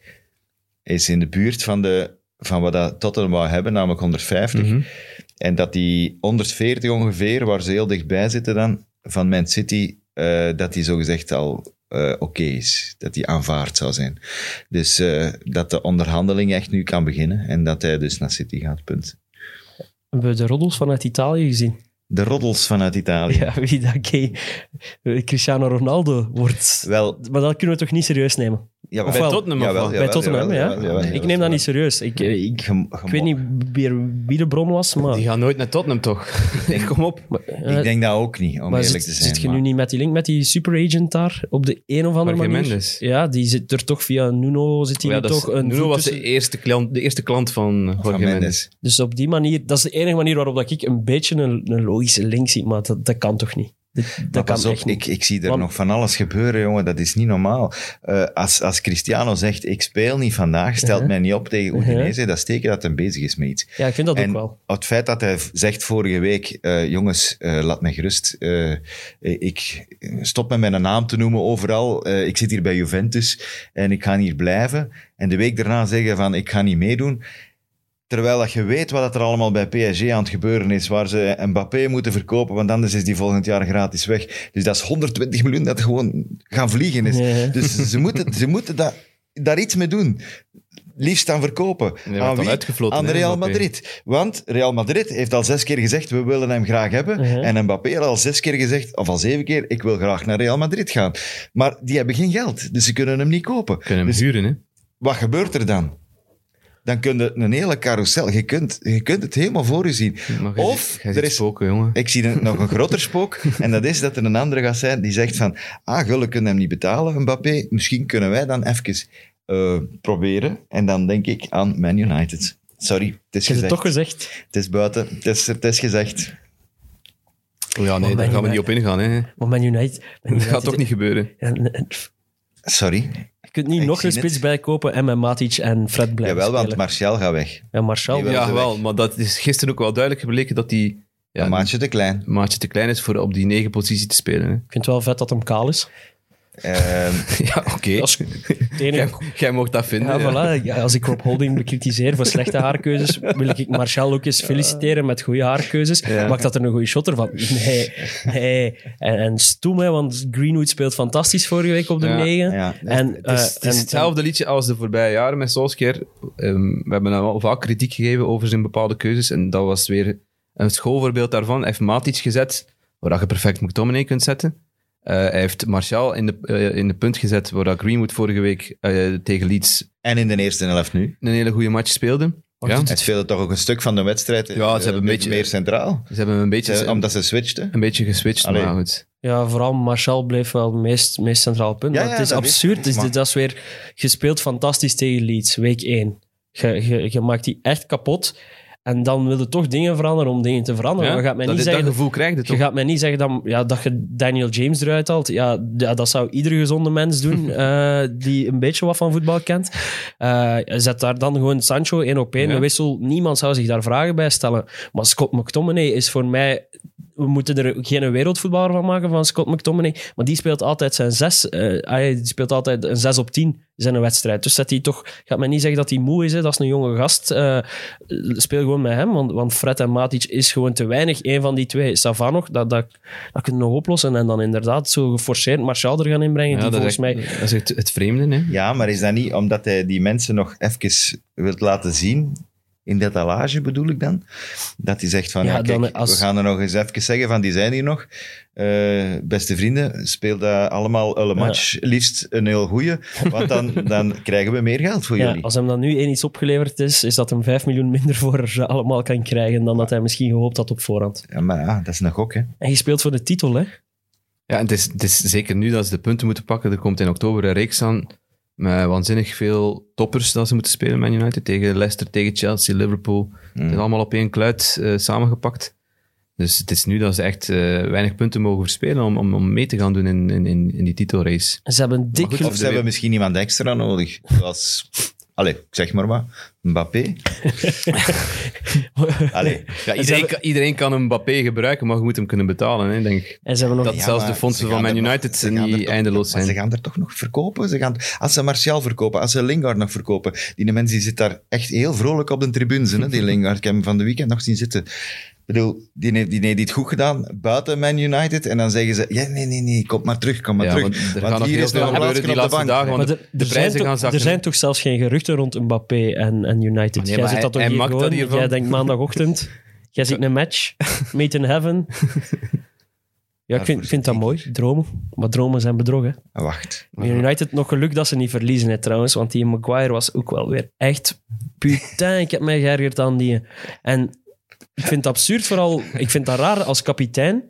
is in de buurt van, de, van wat dat Tottenham wou hebben, namelijk honderdvijftig. Mm-hmm. En dat die honderdveertig ongeveer, waar ze heel dichtbij zitten dan, van Man City, uh, dat die zogezegd al uh, oké okay is. Dat die aanvaard zou zijn. Dus uh, dat de onderhandeling echt nu kan beginnen en dat hij dus naar City gaat, punt. Hebben we de roddels vanuit Italië gezien? De roddels vanuit Italië. Ja, wie dat gay Cristiano Ronaldo wordt. Wel, Maar dat kunnen we toch niet serieus nemen? ja, Of Bij wel? Tottenham of Jawel, wat? jawel, Bij Tottenham, jawel, ja. jawel, jawel, Ik jawel. neem dat niet serieus. Ik, ik, Gem- ik weet niet meer wie de bron was, maar... Die gaan nooit naar Tottenham, toch? Kom op. maar, Ik denk dat ook niet, om maar eerlijk zit, te zijn. zit je maar- nu niet met die link met die superagent daar op de een of andere Jorge manier? Mendes. Ja, die zit er toch via Nuno, zit die Ja, nu dat is- toch een Nuno voet was de tussen- eerste klant, de eerste klant van Jorge van Mendes. Mendes. Dus op die manier, dat is de enige manier waarop dat ik een beetje een, een logische link zie, maar dat, dat kan toch niet? Dat, dat Maar kan pas op, echt niet. ik, ik zie er Want- nog van alles gebeuren, jongen. Dat is niet normaal. Uh, als, als Cristiano zegt, ik speel niet vandaag, stelt Uh-huh. mij niet op tegen Udinese, dat is teken dat hij bezig is met iets. Ja, ik vind dat en ook wel. het feit dat hij zegt vorige week, uh, jongens, uh, laat mij gerust. Uh, ik stop met mijn naam te noemen overal. Uh, ik zit hier bij Juventus en ik ga hier blijven. En de week daarna zeggen van, ik ga niet meedoen. Terwijl dat je weet wat er allemaal bij P S G aan het gebeuren is, waar ze Mbappé moeten verkopen, want anders is die volgend jaar gratis weg. Dus dat is honderdtwintig miljoen dat gewoon gaan vliegen is. Ja. Dus ze moeten, ze moeten dat, daar iets mee doen. Liefst aan verkopen. Ja, wordt aan dan wie? uitgefloten, Aan hè, Real Mbappé. Madrid. Want Real Madrid heeft al zes keer gezegd, we willen hem graag hebben. Uh-huh. En Mbappé heeft al zes keer gezegd, of al zeven keer, ik wil graag naar Real Madrid gaan. Maar die hebben geen geld, dus ze kunnen hem niet kopen. Kunnen hem Dus huren, hè? wat gebeurt er dan? Dan kun je een hele carousel. Je kunt, je kunt het helemaal voor je zien. Maar jij Of zit- jij er zit is, spoken, jongen. ik zie er nog een groter spook. En dat is dat er een andere gaat zijn die zegt van, ah, jullie kunnen hem niet betalen, Mbappé. Misschien kunnen wij dan even uh, proberen. En dan denk ik aan Man United. Sorry, het is Ik heb het gezegd. toch gezegd. Het is buiten. Het is, het is gezegd. Oh ja, nee, Maar daar gaan we Man niet op ingaan, hè. Maar Man United... Man Dat gaat United- toch niet gebeuren. En- en- Sorry. Je kunt niet Ik nog een zie spits het. bijkopen en met Matic en Fred blijven Jawel, want spelen. Martial gaat weg. En Martial... Die wil- Ja, ze wel, weg. maar dat is gisteren ook wel duidelijk gebleken dat hij ja, Een maatje te klein. een maatje te klein is voor op die negen positie te spelen. Hè. Ik vind het wel vet dat hem kaal is. Ehm, Ja, oké. Dat is het enige... Jij, jij mocht dat vinden. Ja, ja. voilà. Ja, als ik Rob Holding bekritiseer voor slechte haarkeuzes, wil ik Martial ook eens feliciteren met goede haarkeuzes. Ja. Maakt dat er een goede shotter van? Nee, nee. En, en stoem, hè, want Greenwood speelt fantastisch vorige week op de Ja, negen. ja. En, Het is, het is eh, en- hetzelfde liedje als de voorbije jaren met Solskjaer. Um, we hebben hem al vaak kritiek gegeven over zijn bepaalde keuzes. En dat was weer een schoolvoorbeeld daarvan. Hij heeft Matic gezet, waar je perfect McTominay kunt zetten. Uh, hij heeft Martial in de, uh, in de punt gezet, waar dat Greenwood vorige week uh, tegen Leeds en in de eerste helft nu. een hele goede match speelde. Ja. Hij speelde toch ook een stuk van de wedstrijd. Ja, eh, ze hebben een beetje- meer centraal. Ze hebben hem een beetje, Ze- omdat ze switchten. een beetje geswitcht, Allee. maar goed. ja, vooral Martial bleef wel het meest, meest centraal punt. Ja, Maar ja, het is dat is- absurd. Het is, maar- dat is weer gespeeld fantastisch tegen Leeds, week één. Je, je, je maakt die echt kapot. En dan wil je toch dingen veranderen om dingen te veranderen. Ja, Maar je gaat mij dat, niet is- dat zeggen... gevoel krijg je Je toch? gaat mij niet zeggen dat, ja, dat je Daniel James eruit haalt. Ja, ja, dat zou iedere gezonde mens doen uh, die een beetje wat van voetbal kent. Uh, zet daar dan gewoon Sancho één op één, Ja. een wissel. Niemand zou zich daar vragen bij stellen. Maar Scott McTominay is voor mij... We moeten er geen wereldvoetballer van maken van Scott McTominay. Maar die speelt altijd zijn zes. Uh, hij die speelt altijd een zes op tien in een wedstrijd. Dus dat hij toch... Gaat mij niet zeggen dat hij moe is. Hè. Dat is een jonge gast. Uh, speel gewoon met hem. Want, want Fred en Matic is gewoon te weinig. Eén van die twee. Savan nog. Dat, dat, dat kunnen we nog oplossen. En dan inderdaad zo geforceerd Martial er gaan inbrengen. Ja, die dat, is volgens echt- mij... dat is echt het vreemde. Hè? Ja, maar is dat niet omdat hij die mensen nog even wilt laten zien in de etalage bedoel ik dan. Dat hij zegt van, Ja, ja, kijk, dan als- we gaan er nog eens even zeggen van, die zijn hier nog. Uh, beste vrienden, speel dat allemaal een match, liefst een heel goeie, want dan, dan krijgen we meer geld voor Ja, jullie. als hem dan nu één iets opgeleverd is, is dat hem vijf miljoen minder voor ze allemaal kan krijgen dan dat hij misschien gehoopt had op voorhand. Ja, maar ja, dat is een gok, hè. En je speelt voor de titel, hè? Ja, en het is, het is zeker nu dat ze de punten moeten pakken. Er komt in oktober een reeks aan met waanzinnig veel toppers dat ze moeten spelen met United. Tegen Leicester, tegen Chelsea, Liverpool. Mm. Het is allemaal op één kluit uh, samengepakt. Dus het is nu dat ze echt uh, weinig punten mogen verspelen om, om, om mee te gaan doen in, in, in die titelrace. Ze hebben dik... goed, gel- Of ze hebben misschien iemand extra nodig, zoals... Allee, zeg maar maar. Mbappé. Allee. Ja, iedereen, kan, iedereen kan een Mbappé gebruiken, maar je moet hem kunnen betalen. Hè, denk ik. En ze hebben nog... Dat Ja, zelfs maar de fondsen ze van gaan Man er nog- United ze gaan er niet toch- eindeloos Maar zijn. ze gaan er toch nog verkopen. Ze gaan, als ze Martial verkopen, als ze Lingard nog verkopen. Die mens die zit daar echt heel vrolijk op de tribunes. Hè, die Lingard. Ik heb hem van de weekend nog zien zitten. Ik bedoel, die heeft, die heeft dit goed gedaan buiten Man United. En dan zeggen ze, ja, nee, nee, nee, kom maar terug, kom maar Ja, terug. want er Want gaan nog hier heel is veel nog een gebeuren plaatsje die op de laatste bank. dagen. Want Maar de, er, de er zijn prijzen toch, gaan zakken. er zijn toch zelfs geen geruchten rond Mbappé en, en United. Maar nee, Jij maar zit dat toch hij- hier hij maakt dat gewoon... hiervan. Jij denkt maandagochtend, jij ziet een match, made in heaven. Ja, ik vind, vind dat mooi, dromen. Maar dromen zijn bedrog, hè. Wacht. Bij United nog geluk dat ze niet verliezen, hè, trouwens. Want die Maguire was ook wel weer echt... Putain, ik heb mij geërgerd aan die. En ik vind het absurd, vooral... Ik vind dat raar als kapitein.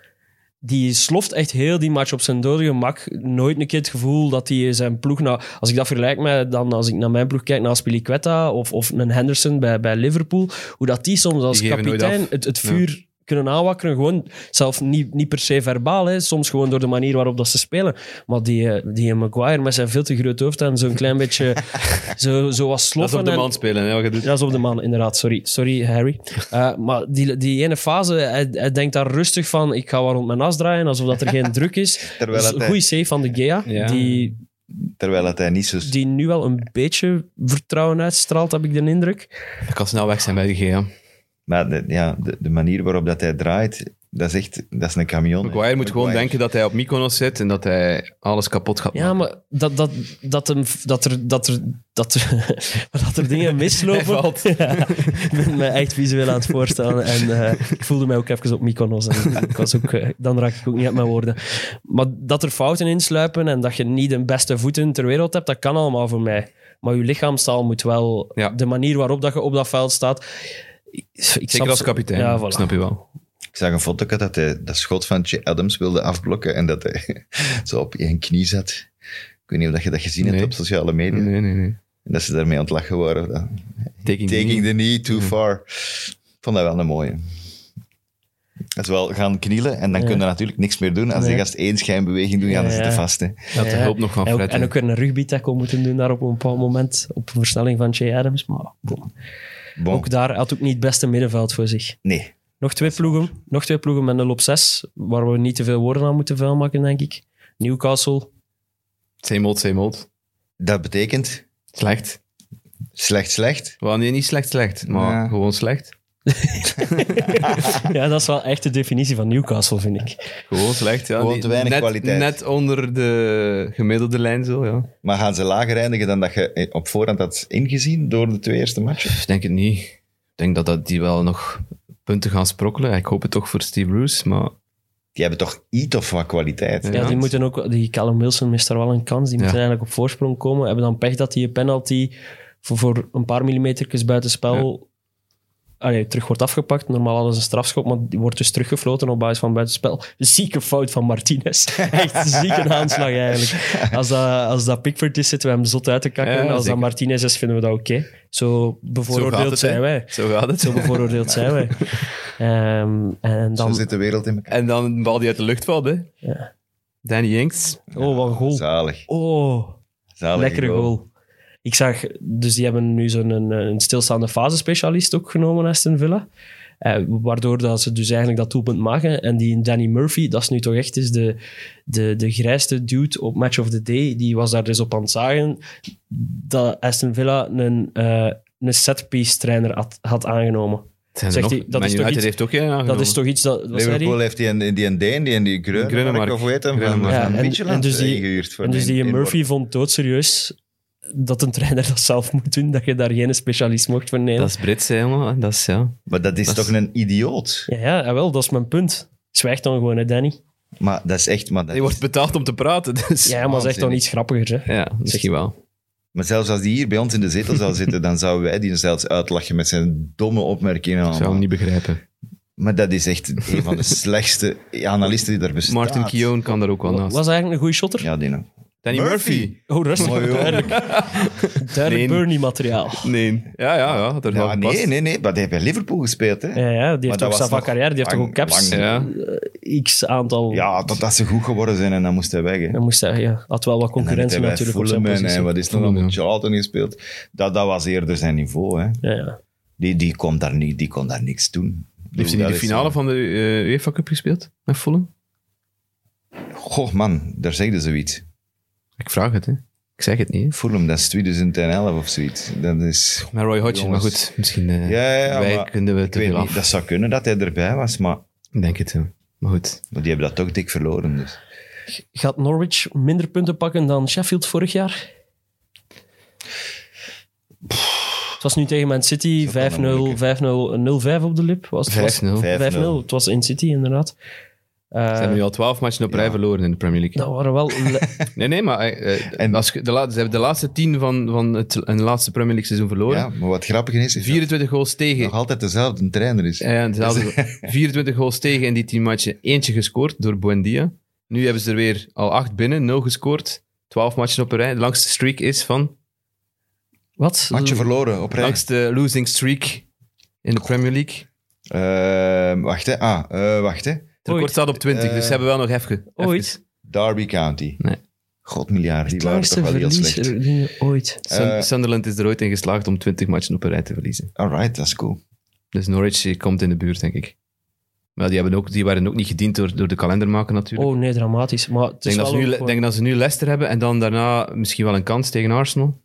Die sloft echt heel die match op zijn dode gemak. Nooit een keer het gevoel dat hij zijn ploeg... Nou, als ik dat vergelijk met dan als ik naar mijn ploeg kijk, naar Azpilicueta of, of een Henderson bij, bij Liverpool, hoe dat die soms als Die geven nooit kapitein af. het, het vuur kunnen aanwakkeren. Gewoon, zelf niet, niet per se verbaal, hè. Soms gewoon door de manier waarop dat ze spelen. Maar die, eh, die Maguire met zijn veel te groot hoofd en zo'n klein beetje zo, zo wat Dat is sloffen. op de en- man spelen. Hè, wat je doet. ja, dat is op de man, inderdaad. Sorry, Sorry Harry. Uh, maar die, die ene fase, hij, hij denkt daar rustig van, ik ga wel rond mijn as draaien, alsof dat er geen druk is. Terwijl Dat is het een hij- goede save van de Gea, Ja. die, Terwijl het hij niet zo... die nu wel een beetje vertrouwen uitstraalt, heb ik de indruk. Dat kan snel weg zijn bij de G. Ja. Maar de, ja, de, de manier waarop dat hij draait, dat is echt... Dat is een camion. hè. Maguire moet gewoon Maguire. denken dat hij op Mykonos zit en dat hij alles kapot gaat maken. Ja, maar dat, dat, dat, hem, dat, er, dat, er, dat, er, dat er dingen mislopen... Hij valt. Ja, ik ben me echt visueel aan het voorstellen. En uh, ik voelde mij ook even op Mykonos. En ik was ook, uh, dan raak ik ook niet uit mijn woorden. Maar dat er fouten insluipen en dat je niet de beste voeten ter wereld hebt, dat kan allemaal voor mij. Maar je lichaamstaal moet wel... Ja. De manier waarop dat je op dat veld staat... Ik, ik Zeker snap- als kapitein, Ja, voilà. snap je wel. Ik zag een foto dat hij dat schot van Che Adams wilde afblokken en dat hij zo op één knie zat. Ik weet niet of je dat gezien hebt Nee. op sociale media. Nee, nee, nee. En dat ze daarmee aan het lachen waren. Dat- Taking, Taking the knee too Ja. far. Ik vond dat wel een mooie. Dat is wel gaan knielen en dan Ja. kun je natuurlijk niks meer doen. Als Nee. die gast één schijnbeweging doen, ja, dan Ja, zit je ja. vast. Hè. Dat de Ja. hulp nog van En ook, Fred. en hè. ook weer een rugby-tackle moeten doen daar op een bepaald moment. Op een versnelling van Che Adams. Maar bon. Bon. Ook daar had ook niet het beste middenveld voor zich. Nee. Nog twee ploegen. Nog twee ploegen met nul op zes. Waar we niet te veel woorden aan moeten vuil maken, denk ik. Newcastle. Same old, same old. Dat betekent Slecht. slecht, slecht. Wel, nee, niet slecht, slecht. Maar Ja. gewoon slecht. Ja, dat is wel echt de definitie van Newcastle, vind ik. Gewoon slecht, ja. Gewoon Die- te weinig net, kwaliteit. Net onder de gemiddelde lijn zo, ja. Maar gaan ze lager eindigen dan dat je op voorhand had ingezien door de twee eerste matchen? Ik denk het niet. Ik denk dat, dat die wel nog punten gaan sprokkelen. Ik hoop het toch voor Steve Bruce, maar Die hebben toch iets of wat kwaliteit. Ja. Ja, die moeten ook... Die Callum Wilson mist er wel een kans. Die moeten Ja. eigenlijk op voorsprong komen. Hebben dan pech dat die penalty voor, voor een paar millimetertjes buitenspel... Allee, terug wordt afgepakt. Normaal hadden ze een strafschop, maar die wordt dus teruggefloten op basis van buitenspel. Een zieke fout van Martinez. Echt een zieke aanslag eigenlijk. Als dat, als dat Pickford is, zitten we hem zot uit te kakken. Ja, als zeker. dat Martinez is, vinden we dat oké. Zo zo bevooroordeeld gaat het, zijn hè. wij. Zo gaat het. Zo bevooroordeeld zijn wij. Ehm, en Zo dan... zit de wereld in elkaar. En dan een bal die uit de lucht valt, hè. Ja. Danny Ings. Oh, wat een goal. Zalig. Oh, Zalig lekkere goal. Ik zag, dus die hebben nu zo'n een, een stilstaande fasespecialist ook genomen, Aston Villa. Eh, waardoor dat ze dus eigenlijk dat doelpunt maken. En die Danny Murphy, dat is nu toch echt is de, de, de grijste dude op Match of the Day. Die was daar dus op aan het zagen dat Aston Villa een, uh, een setpiece trainer had, had aangenomen. Zijn er Zegt nog? hij, dat Man is toch United iets- heeft ook geen aangenomen. Dat is toch iets dat... Wat zei Liverpool die? heeft die een, die een Deen, die, die Grönemark, Grönemark. of hoe heet hem, van, Grönemark. van Ja, en- Midtjylland en dus die- ingehuurd. voor En dus een- die een Murphy vond doodserieus dat een trainer dat zelf moet doen, dat je daar geen specialist mocht voor nemen. Dat is Brits, hè, jongen. Dat is, ja. Maar dat is Dat toch is- een idioot? Ja, ja, jawel, dat is mijn punt. Zwijg dan gewoon, hè, Danny. Maar dat is echt... Maar, dat Die wordt is- betaald om te praten, dus... Ja, maar zeg dan waanzinnig. iets grappiger, hè. Ja, misschien wel. maar zelfs als die hier bij ons in de zetel zou zitten, dan zouden wij die zelfs uitlachen met zijn domme opmerkingen. Ik allemaal. zou hem niet begrijpen. Maar dat is echt een van de slechtste analisten die er bestaat. Martin Keown kan daar ook wel Was naast. eigenlijk een goede shotter? Ja, die nog. Danny Murphy. Oh, rustig. Mooi, joh. Duidelijk, duidelijk Nee. Bernie-materiaal. Nee. Ja, ja, ja. Dat Ja, nee, nee, nee. Maar die heeft bij Liverpool gespeeld, hè. Ja, ja, die heeft dat toch was Sava nog carrière, die heeft toch lang- ook caps, lang- Ja. eh, x aantal... Ja, totdat ze goed geworden zijn en dan moest hij weg, hè. Dan moest hij, ja, had wel wat En dan concurrentie heeft hij bij natuurlijk op zijn Fulham en, positie. eh, wat is het nog Fulham, allemaal, ja. Charlton gespeeld. Dat, dat was eerder zijn niveau, hè. Ja, ja. Die, die, kon daar niet, die kon daar niks doen. Heeft hij niet de finale van de uh, UEFA Cup gespeeld? Met Fulham? Goh, man, daar zegde zoiets. Ik vraag het, hè. Ik zeg het niet, hè. Fulham, dat is twintig elf of zoiets. Dat is... Met Roy Hodgson, maar Jongens. goed. Misschien uh, Ja, ja, ja, wij maar kunnen we ik te weet veel niet, af. dat zou kunnen dat hij erbij was, maar, Ik denk het, ja. Maar goed. maar die hebben dat toch dik verloren. Dus. Gaat Norwich minder punten pakken dan Sheffield vorig jaar? Het was nu tegen Man City, Dat is ook wel vijf een nul, moeilijke. vijf nul, nul vijf op de lip. Was het? vijf nul. Vijf- vijf nul. Het was in City, inderdaad. Uh, Ze hebben nu al twaalf matchen op rij ja. verloren in de Premier League. dat waren wel... le- Nee, nee, maar eh, eh, En- als je de, la- ze hebben de laatste tien van, van het een laatste Premier League seizoen verloren. Ja, maar wat grappig is, is dat vierentwintig goals tegen. nog altijd dezelfde trainer is. Ja, dezelfde. vierentwintig goals tegen in die tien matchen. Eentje gescoord door Buendia. Nu hebben ze er weer al acht binnen, nul gescoord. twaalf matchen op een rij. De langste streak is van... Wat? Matje verloren op De rij. langste losing streak in de Premier League. Eh, wacht, hè. Ah, eh, wacht, hè. Het record staat op twintig, Eh, dus ze hebben wel nog even... Ooit? even- Derby County. Nee. God, miljard, die Het waren langste toch wel heel slecht. verlies ooit. Sun- Eh, Sunderland is er ooit in geslaagd om twintig matchen op een rij te verliezen. Alright, dat is cool. Dus Norwich eh, komt in de buurt, denk ik. Maar die, hebben ook, die waren ook niet gediend door, door de kalendermaker natuurlijk. Oh nee, dramatisch. Maar het Ik is denk, dat wel ze nu, ook ik gewoon- denk dat ze nu Leicester hebben en dan daarna misschien wel een kans tegen Arsenal.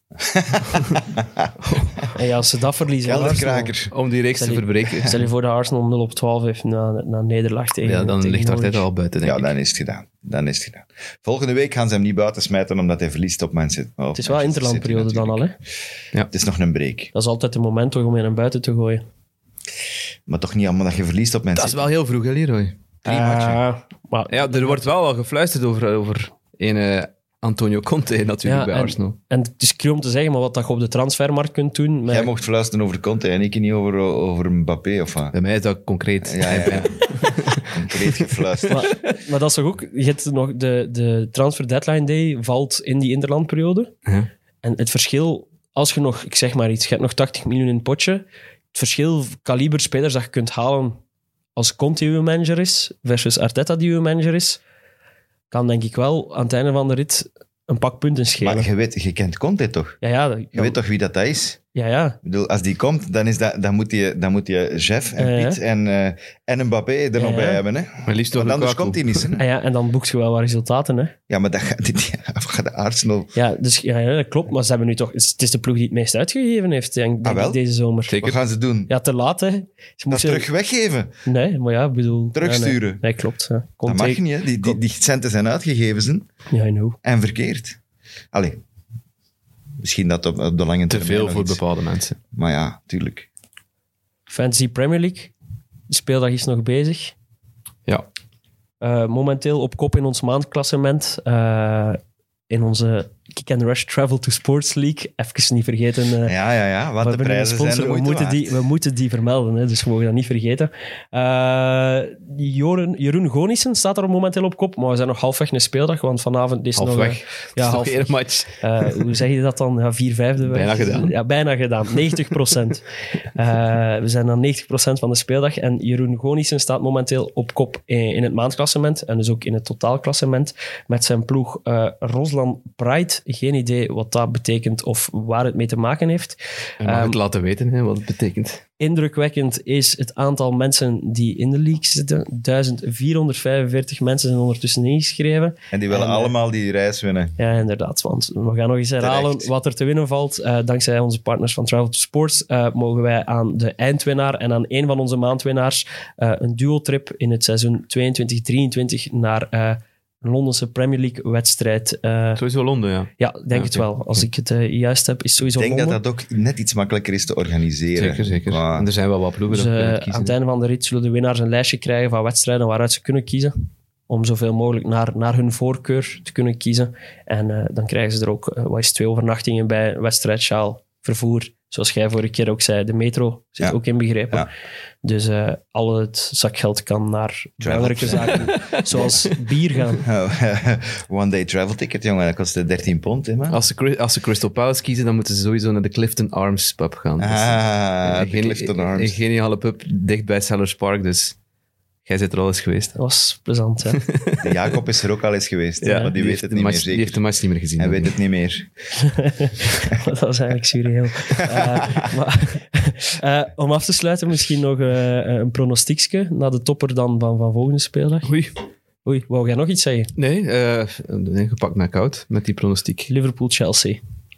En ja, als ze dat verliezen... Arsenal- Kelderkraker. Om die reeks te Stel je- verbreken. Stel je voor dat Arsenal nul op twaalf heeft na, na nederlaag tegen Ja, dan tegen ligt Arteta Norwich. al buiten, denk Ja, ik. dan is het gedaan. Dan is het gedaan. Volgende week gaan ze hem niet buiten smijten omdat hij verliest op Man City. Het is wel interlandperiode dan al, hè? Het is nog een break. Dat is altijd het moment toch om je naar buiten te gooien. Maar toch niet allemaal dat je verliest op Man Dat is City. wel heel vroeg, hè, Leroy? Drie matchen. Ah, maar, Ja, er wordt wel al gefluisterd over, over een eh, Antonio Conte natuurlijk Ja, bij en- Arsenal. En het is cru om te zeggen, maar wat dat je op de transfermarkt kunt doen... Met, Jij mocht fluisteren over Conte en ik niet over, over Mbappé of wat? Bij mij is dat concreet. Ja, ja, ja. Concreet gefluisterd. maar, maar dat is toch ook... Je hebt nog de, de transfer deadline day valt in die interlandperiode. Ja. En het verschil, als je nog, ik zeg maar iets, je hebt nog tachtig miljoen in het potje, het verschil kaliber spelers dat je kunt halen als Conte uw manager is versus Arteta die uw manager is, kan denk ik wel aan het einde van de rit een pak punten schelen. Maar je, weet, je kent Conte toch? Ja, ja. Je weet toch wie dat, dat is? Ja, ja. Ik bedoel, als die komt, dan, is dat, dan, moet, je, dan moet je Jeff en Ja, Piet en, uh, en Mbappé er nog Ja. bij hebben. Hè? Maar liefst toch Want anders Lukaku. komt hij niet. Hè? En, ja, en dan boekt je wel wat resultaten, hè. Ja, maar dat gaat, die, gaat de Arsenal... Ja, dus, ja, ja, dat klopt, maar ze hebben nu toch... Het is de ploeg die het meest uitgegeven heeft, denk, denk Ah, wel? ik, deze zomer. Zeker. Wat gaan ze doen? Ja, te laat, hè. Ze Dat moesten- terug weggeven? Nee, maar ja, ik bedoel... Terugsturen? Ja, nee. nee, klopt. Ja. Dat Conte- mag niet, hè? Die, die, die centen zijn uitgegeven zijn, Ja, I know. en verkeerd. Allee, misschien dat op, op de lange Te termijn veel nog voor iets. bepaalde mensen. Maar ja, tuurlijk. Fantasy Premier League. De speeldag is nog bezig. Ja. Uh, momenteel op kop in ons maandklassement. Uh, in onze Kick and Rush Travel to Sports League. Even niet vergeten. Uh, Ja, ja, ja. Want we de hebben een prijzen zijn de sponsor, we, moeite moeten waard. die, we moeten die vermelden, hè, dus we mogen dat niet vergeten. Uh, Jeroen, Jeroen Gonissen staat er momenteel op kop, maar we zijn nog halfweg een speeldag, want vanavond is nog... Halfweg. uh, Ja, Ja, nog half, één match. Uh, hoe zeg je dat dan? Ja, vier vijfde. weg. Bijna gedaan. Ja, bijna gedaan. negentig procent. Uh, we zijn aan negentig procent van de speeldag. En Jeroen Gonissen staat momenteel op kop in, in het maandklassement. En dus ook in het totaalklassement. Met zijn ploeg uh, Roslan Pride. Geen idee wat dat betekent of waar het mee te maken heeft. Je mag Um, het laten weten, hè, wat het betekent. Indrukwekkend is het aantal mensen die in de league zitten. duizend vierhonderdvijfenveertig mensen zijn ondertussen ingeschreven. En die willen En, uh, allemaal die reis winnen. Ja, inderdaad. Want we gaan nog eens herhalen Terecht. wat er te winnen valt. Uh, dankzij onze partners van Travel to Sports uh, mogen wij aan de eindwinnaar en aan een van onze maandwinnaars uh, een duotrip in het seizoen tweeëntwintig drieëntwintig naar uh, een Londense Premier League-wedstrijd. Uh, Sowieso Londen, ja. Ja, ik denk ja, het wel. Als ik het uh, juist heb, is het sowieso Ik denk Londen. dat dat ook net iets makkelijker is te organiseren. Zeker, zeker. Qua... En er zijn wel wat ploegen Dus, dat uh, kunnen aan kiezen. het einde van de rit zullen de winnaars een lijstje krijgen van wedstrijden waaruit ze kunnen kiezen. Om zoveel mogelijk naar, naar hun voorkeur te kunnen kiezen. En uh, dan krijgen ze er ook uh, wat is twee overnachtingen bij, wedstrijdschaal, vervoer. Zoals jij vorige keer ook zei, de metro zit Ja. ook inbegrepen. Ja. Dus uh, al het zakgeld kan naar belangrijke zaken, zoals bier gaan. One day travel ticket, jongen, dat kostte dertien pond, hè, man. Als ze, als ze Crystal Palace kiezen, dan moeten ze sowieso naar de Clifton Arms pub gaan. Dat is Ah, een de geni- Clifton Arms. Een geniale pub dicht bij Sellers Park, dus jij zit er al eens geweest. Dat was plezant, hè? De Jacob is er ook al eens geweest, Ja, maar die, weet heeft het de niet match, meer Die heeft de zeker. match niet meer gezien. Hij denk weet ik. het niet meer. Dat was eigenlijk surreal. Uh, maar, uh, om af te sluiten, misschien nog uh, een pronostiekje naar de topper dan van, van volgende speeldag. Oei. Oei, wou jij nog iets zeggen? Nee, uh, nee, gepakt met koud met die pronostiek. Liverpool-Chelsea.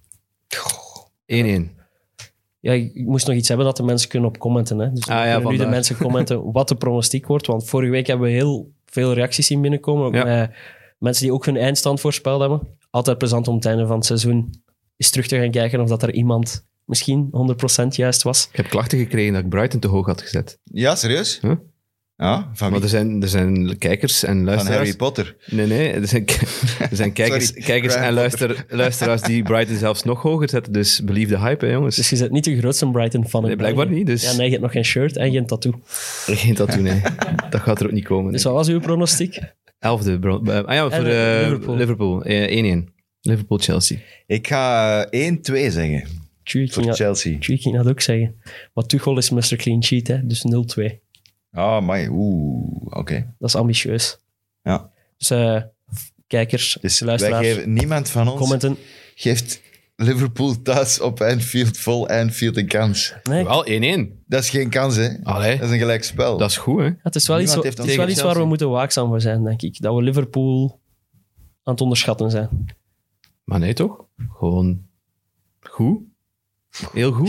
één-één. Ja, ik, ik moest nog iets hebben dat de mensen kunnen op commenten. Hè. Dus Ah, ja, kunnen nu de vandaar. mensen commenten wat de pronostiek wordt. Want vorige week hebben we heel veel reacties zien binnenkomen. Ook Ja. met mensen die ook hun eindstand voorspeld hebben. Altijd plezant om het einde van het seizoen eens terug te gaan kijken of dat er iemand misschien honderd procent juist was. Ik heb klachten gekregen dat ik Brighton te hoog had gezet. Ja, serieus? Huh? Ja, van, Maar wie? er zijn, er zijn kijkers en Van luisteraars... Harry Potter. Nee, nee. Er zijn, er zijn kijkers, Sorry, kijkers Graham en luister, luisteraars die Brighton zelfs nog hoger zetten. Dus believe de hype, hè, jongens. Dus je bent niet de grootste Brighton-fan. in Nee, blijkbaar België. niet, dus- Ja, nee, je hebt nog geen shirt en geen tattoo. Geen tattoo, nee. Dat gaat er ook niet komen. Dus nee. wat was uw pronostiek? Elfde. Bro- uh, ah ja, voor En, uh, uh, Liverpool. Liverpool. Eh, één-één. Liverpool-Chelsea. Ik ga één twee zeggen Tjie, ik voor ging dat- Chelsea. tjie, ik ging dat ook zeggen. Maar Tuchel is mister Clean Sheet, hè? Dus nul twee. Ah, maar oeh, oké. Dat is ambitieus. Ja. Dus uh, kijkers, Dus wij luisteraars, geven, niemand van ons commenten. geeft Liverpool thuis op Anfield, vol Anfield een kans. Nee, Wel één-één. Dat is geen kans, hè. Allee, Dat is een gelijk spel. dat is goed, hè. het is wel iets, Niemand wa- heeft het ons is wel tegen iets waar we Chelsea. moeten waakzaam voor zijn, denk ik. Dat we Liverpool aan het onderschatten zijn. Maar nee, toch? Gewoon goed. Heel goed.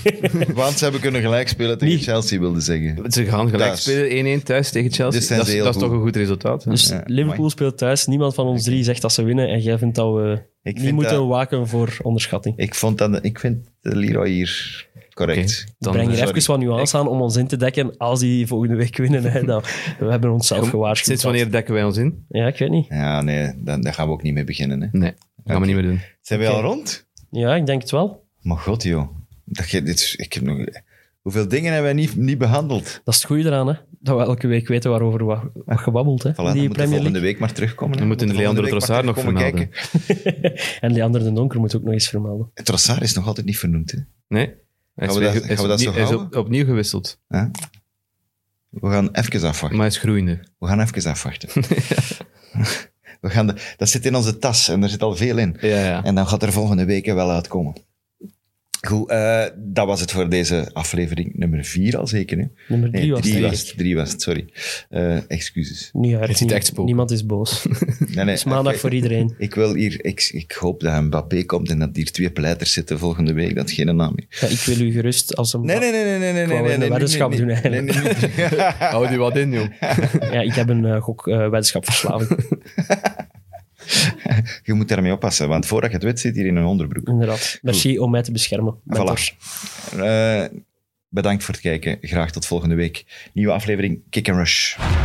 Want ze hebben kunnen gelijk spelen tegen Niet. Chelsea, wilde zeggen. Ze gaan gelijk Thuis. spelen één-één thuis tegen Chelsea. Dus zijn dat ze is, heel dat is toch goed. een goed resultaat. hè? Dus Ja, Liverpool mooi. speelt thuis. Niemand van ons drie zegt dat ze winnen. En jij vindt dat we Ik niet vind, moeten dat, waken voor onderschatting. ik, vond dat, ik vind de Leroy hier correct. Oké, Ik dan, breng eh, hier sorry. even wat nuance aan om ons in te dekken als die volgende week winnen. Hè. Dan, we hebben onszelf gewaarschuwd. Sinds wanneer dekken wij ons in? Ja, ik weet niet. Ja, nee, dan, daar gaan we ook niet mee beginnen. Hè. Nee, dat gaan we niet meer doen. Zijn we Oké. al rond? Ja, ik denk het wel. Maar god, joh. Dat, je- dit, is- ik heb nog, hoeveel dingen hebben wij niet, niet behandeld? Dat is het goede eraan, hè? Dat we elke week weten waarover wat, wat gebabbeld, hè? Voilà, in dan die moeten we Premier volgende League. week maar terugkomen. hè. We moeten volgende Leandro week maar Trossard nog terugkomen vermelden. kijken. En Leander de Donker moet ook nog eens vermelden. Trossard is nog altijd niet vernoemd. Hè. Nee. Hij is, Gaan we weer- dat- hij is gaan we dat zo opnieuw- hij is houden? op- opnieuw gewisseld. Hè? We gaan even afwachten. Maar hij is groeiende. We gaan even afwachten. We gaan de, dat zit in onze tas en er zit al veel in. Ja, ja. En dan gaat er volgende week wel uitkomen. Goed, eh, dat was het voor deze aflevering nummer vier al zeker. Hè? Nummer drie Nee, was drie het, was denk het. Drie was het, sorry. Eh, excuses. ik. Niet uit. Het ziet nie- echt spoken. Niemand is boos. Nee, nee, Het is maandag ik- voor iedereen. Ik, wil hier, ik, ik hoop dat Mbappé komt en dat hier twee pleiters zitten volgende week. Dat is geen naam meer. Ja, ik wil u gerust als een... Nee, nee, nee, nee, nee, nee. Ik wou nee, een nee, weddenschap nee, doen, nee, eigenlijk. nee, nee, nee. Hou die wat in, jong. Ja, ik heb een uh, gok uh, weddenschapverslaving. Je moet daarmee oppassen, want voordat je het weet zit hier in een onderbroek. Inderdaad. Merci om mij te beschermen. Mentors. Eh, bedankt voor het kijken. Graag tot volgende week. Nieuwe aflevering Kick and Rush.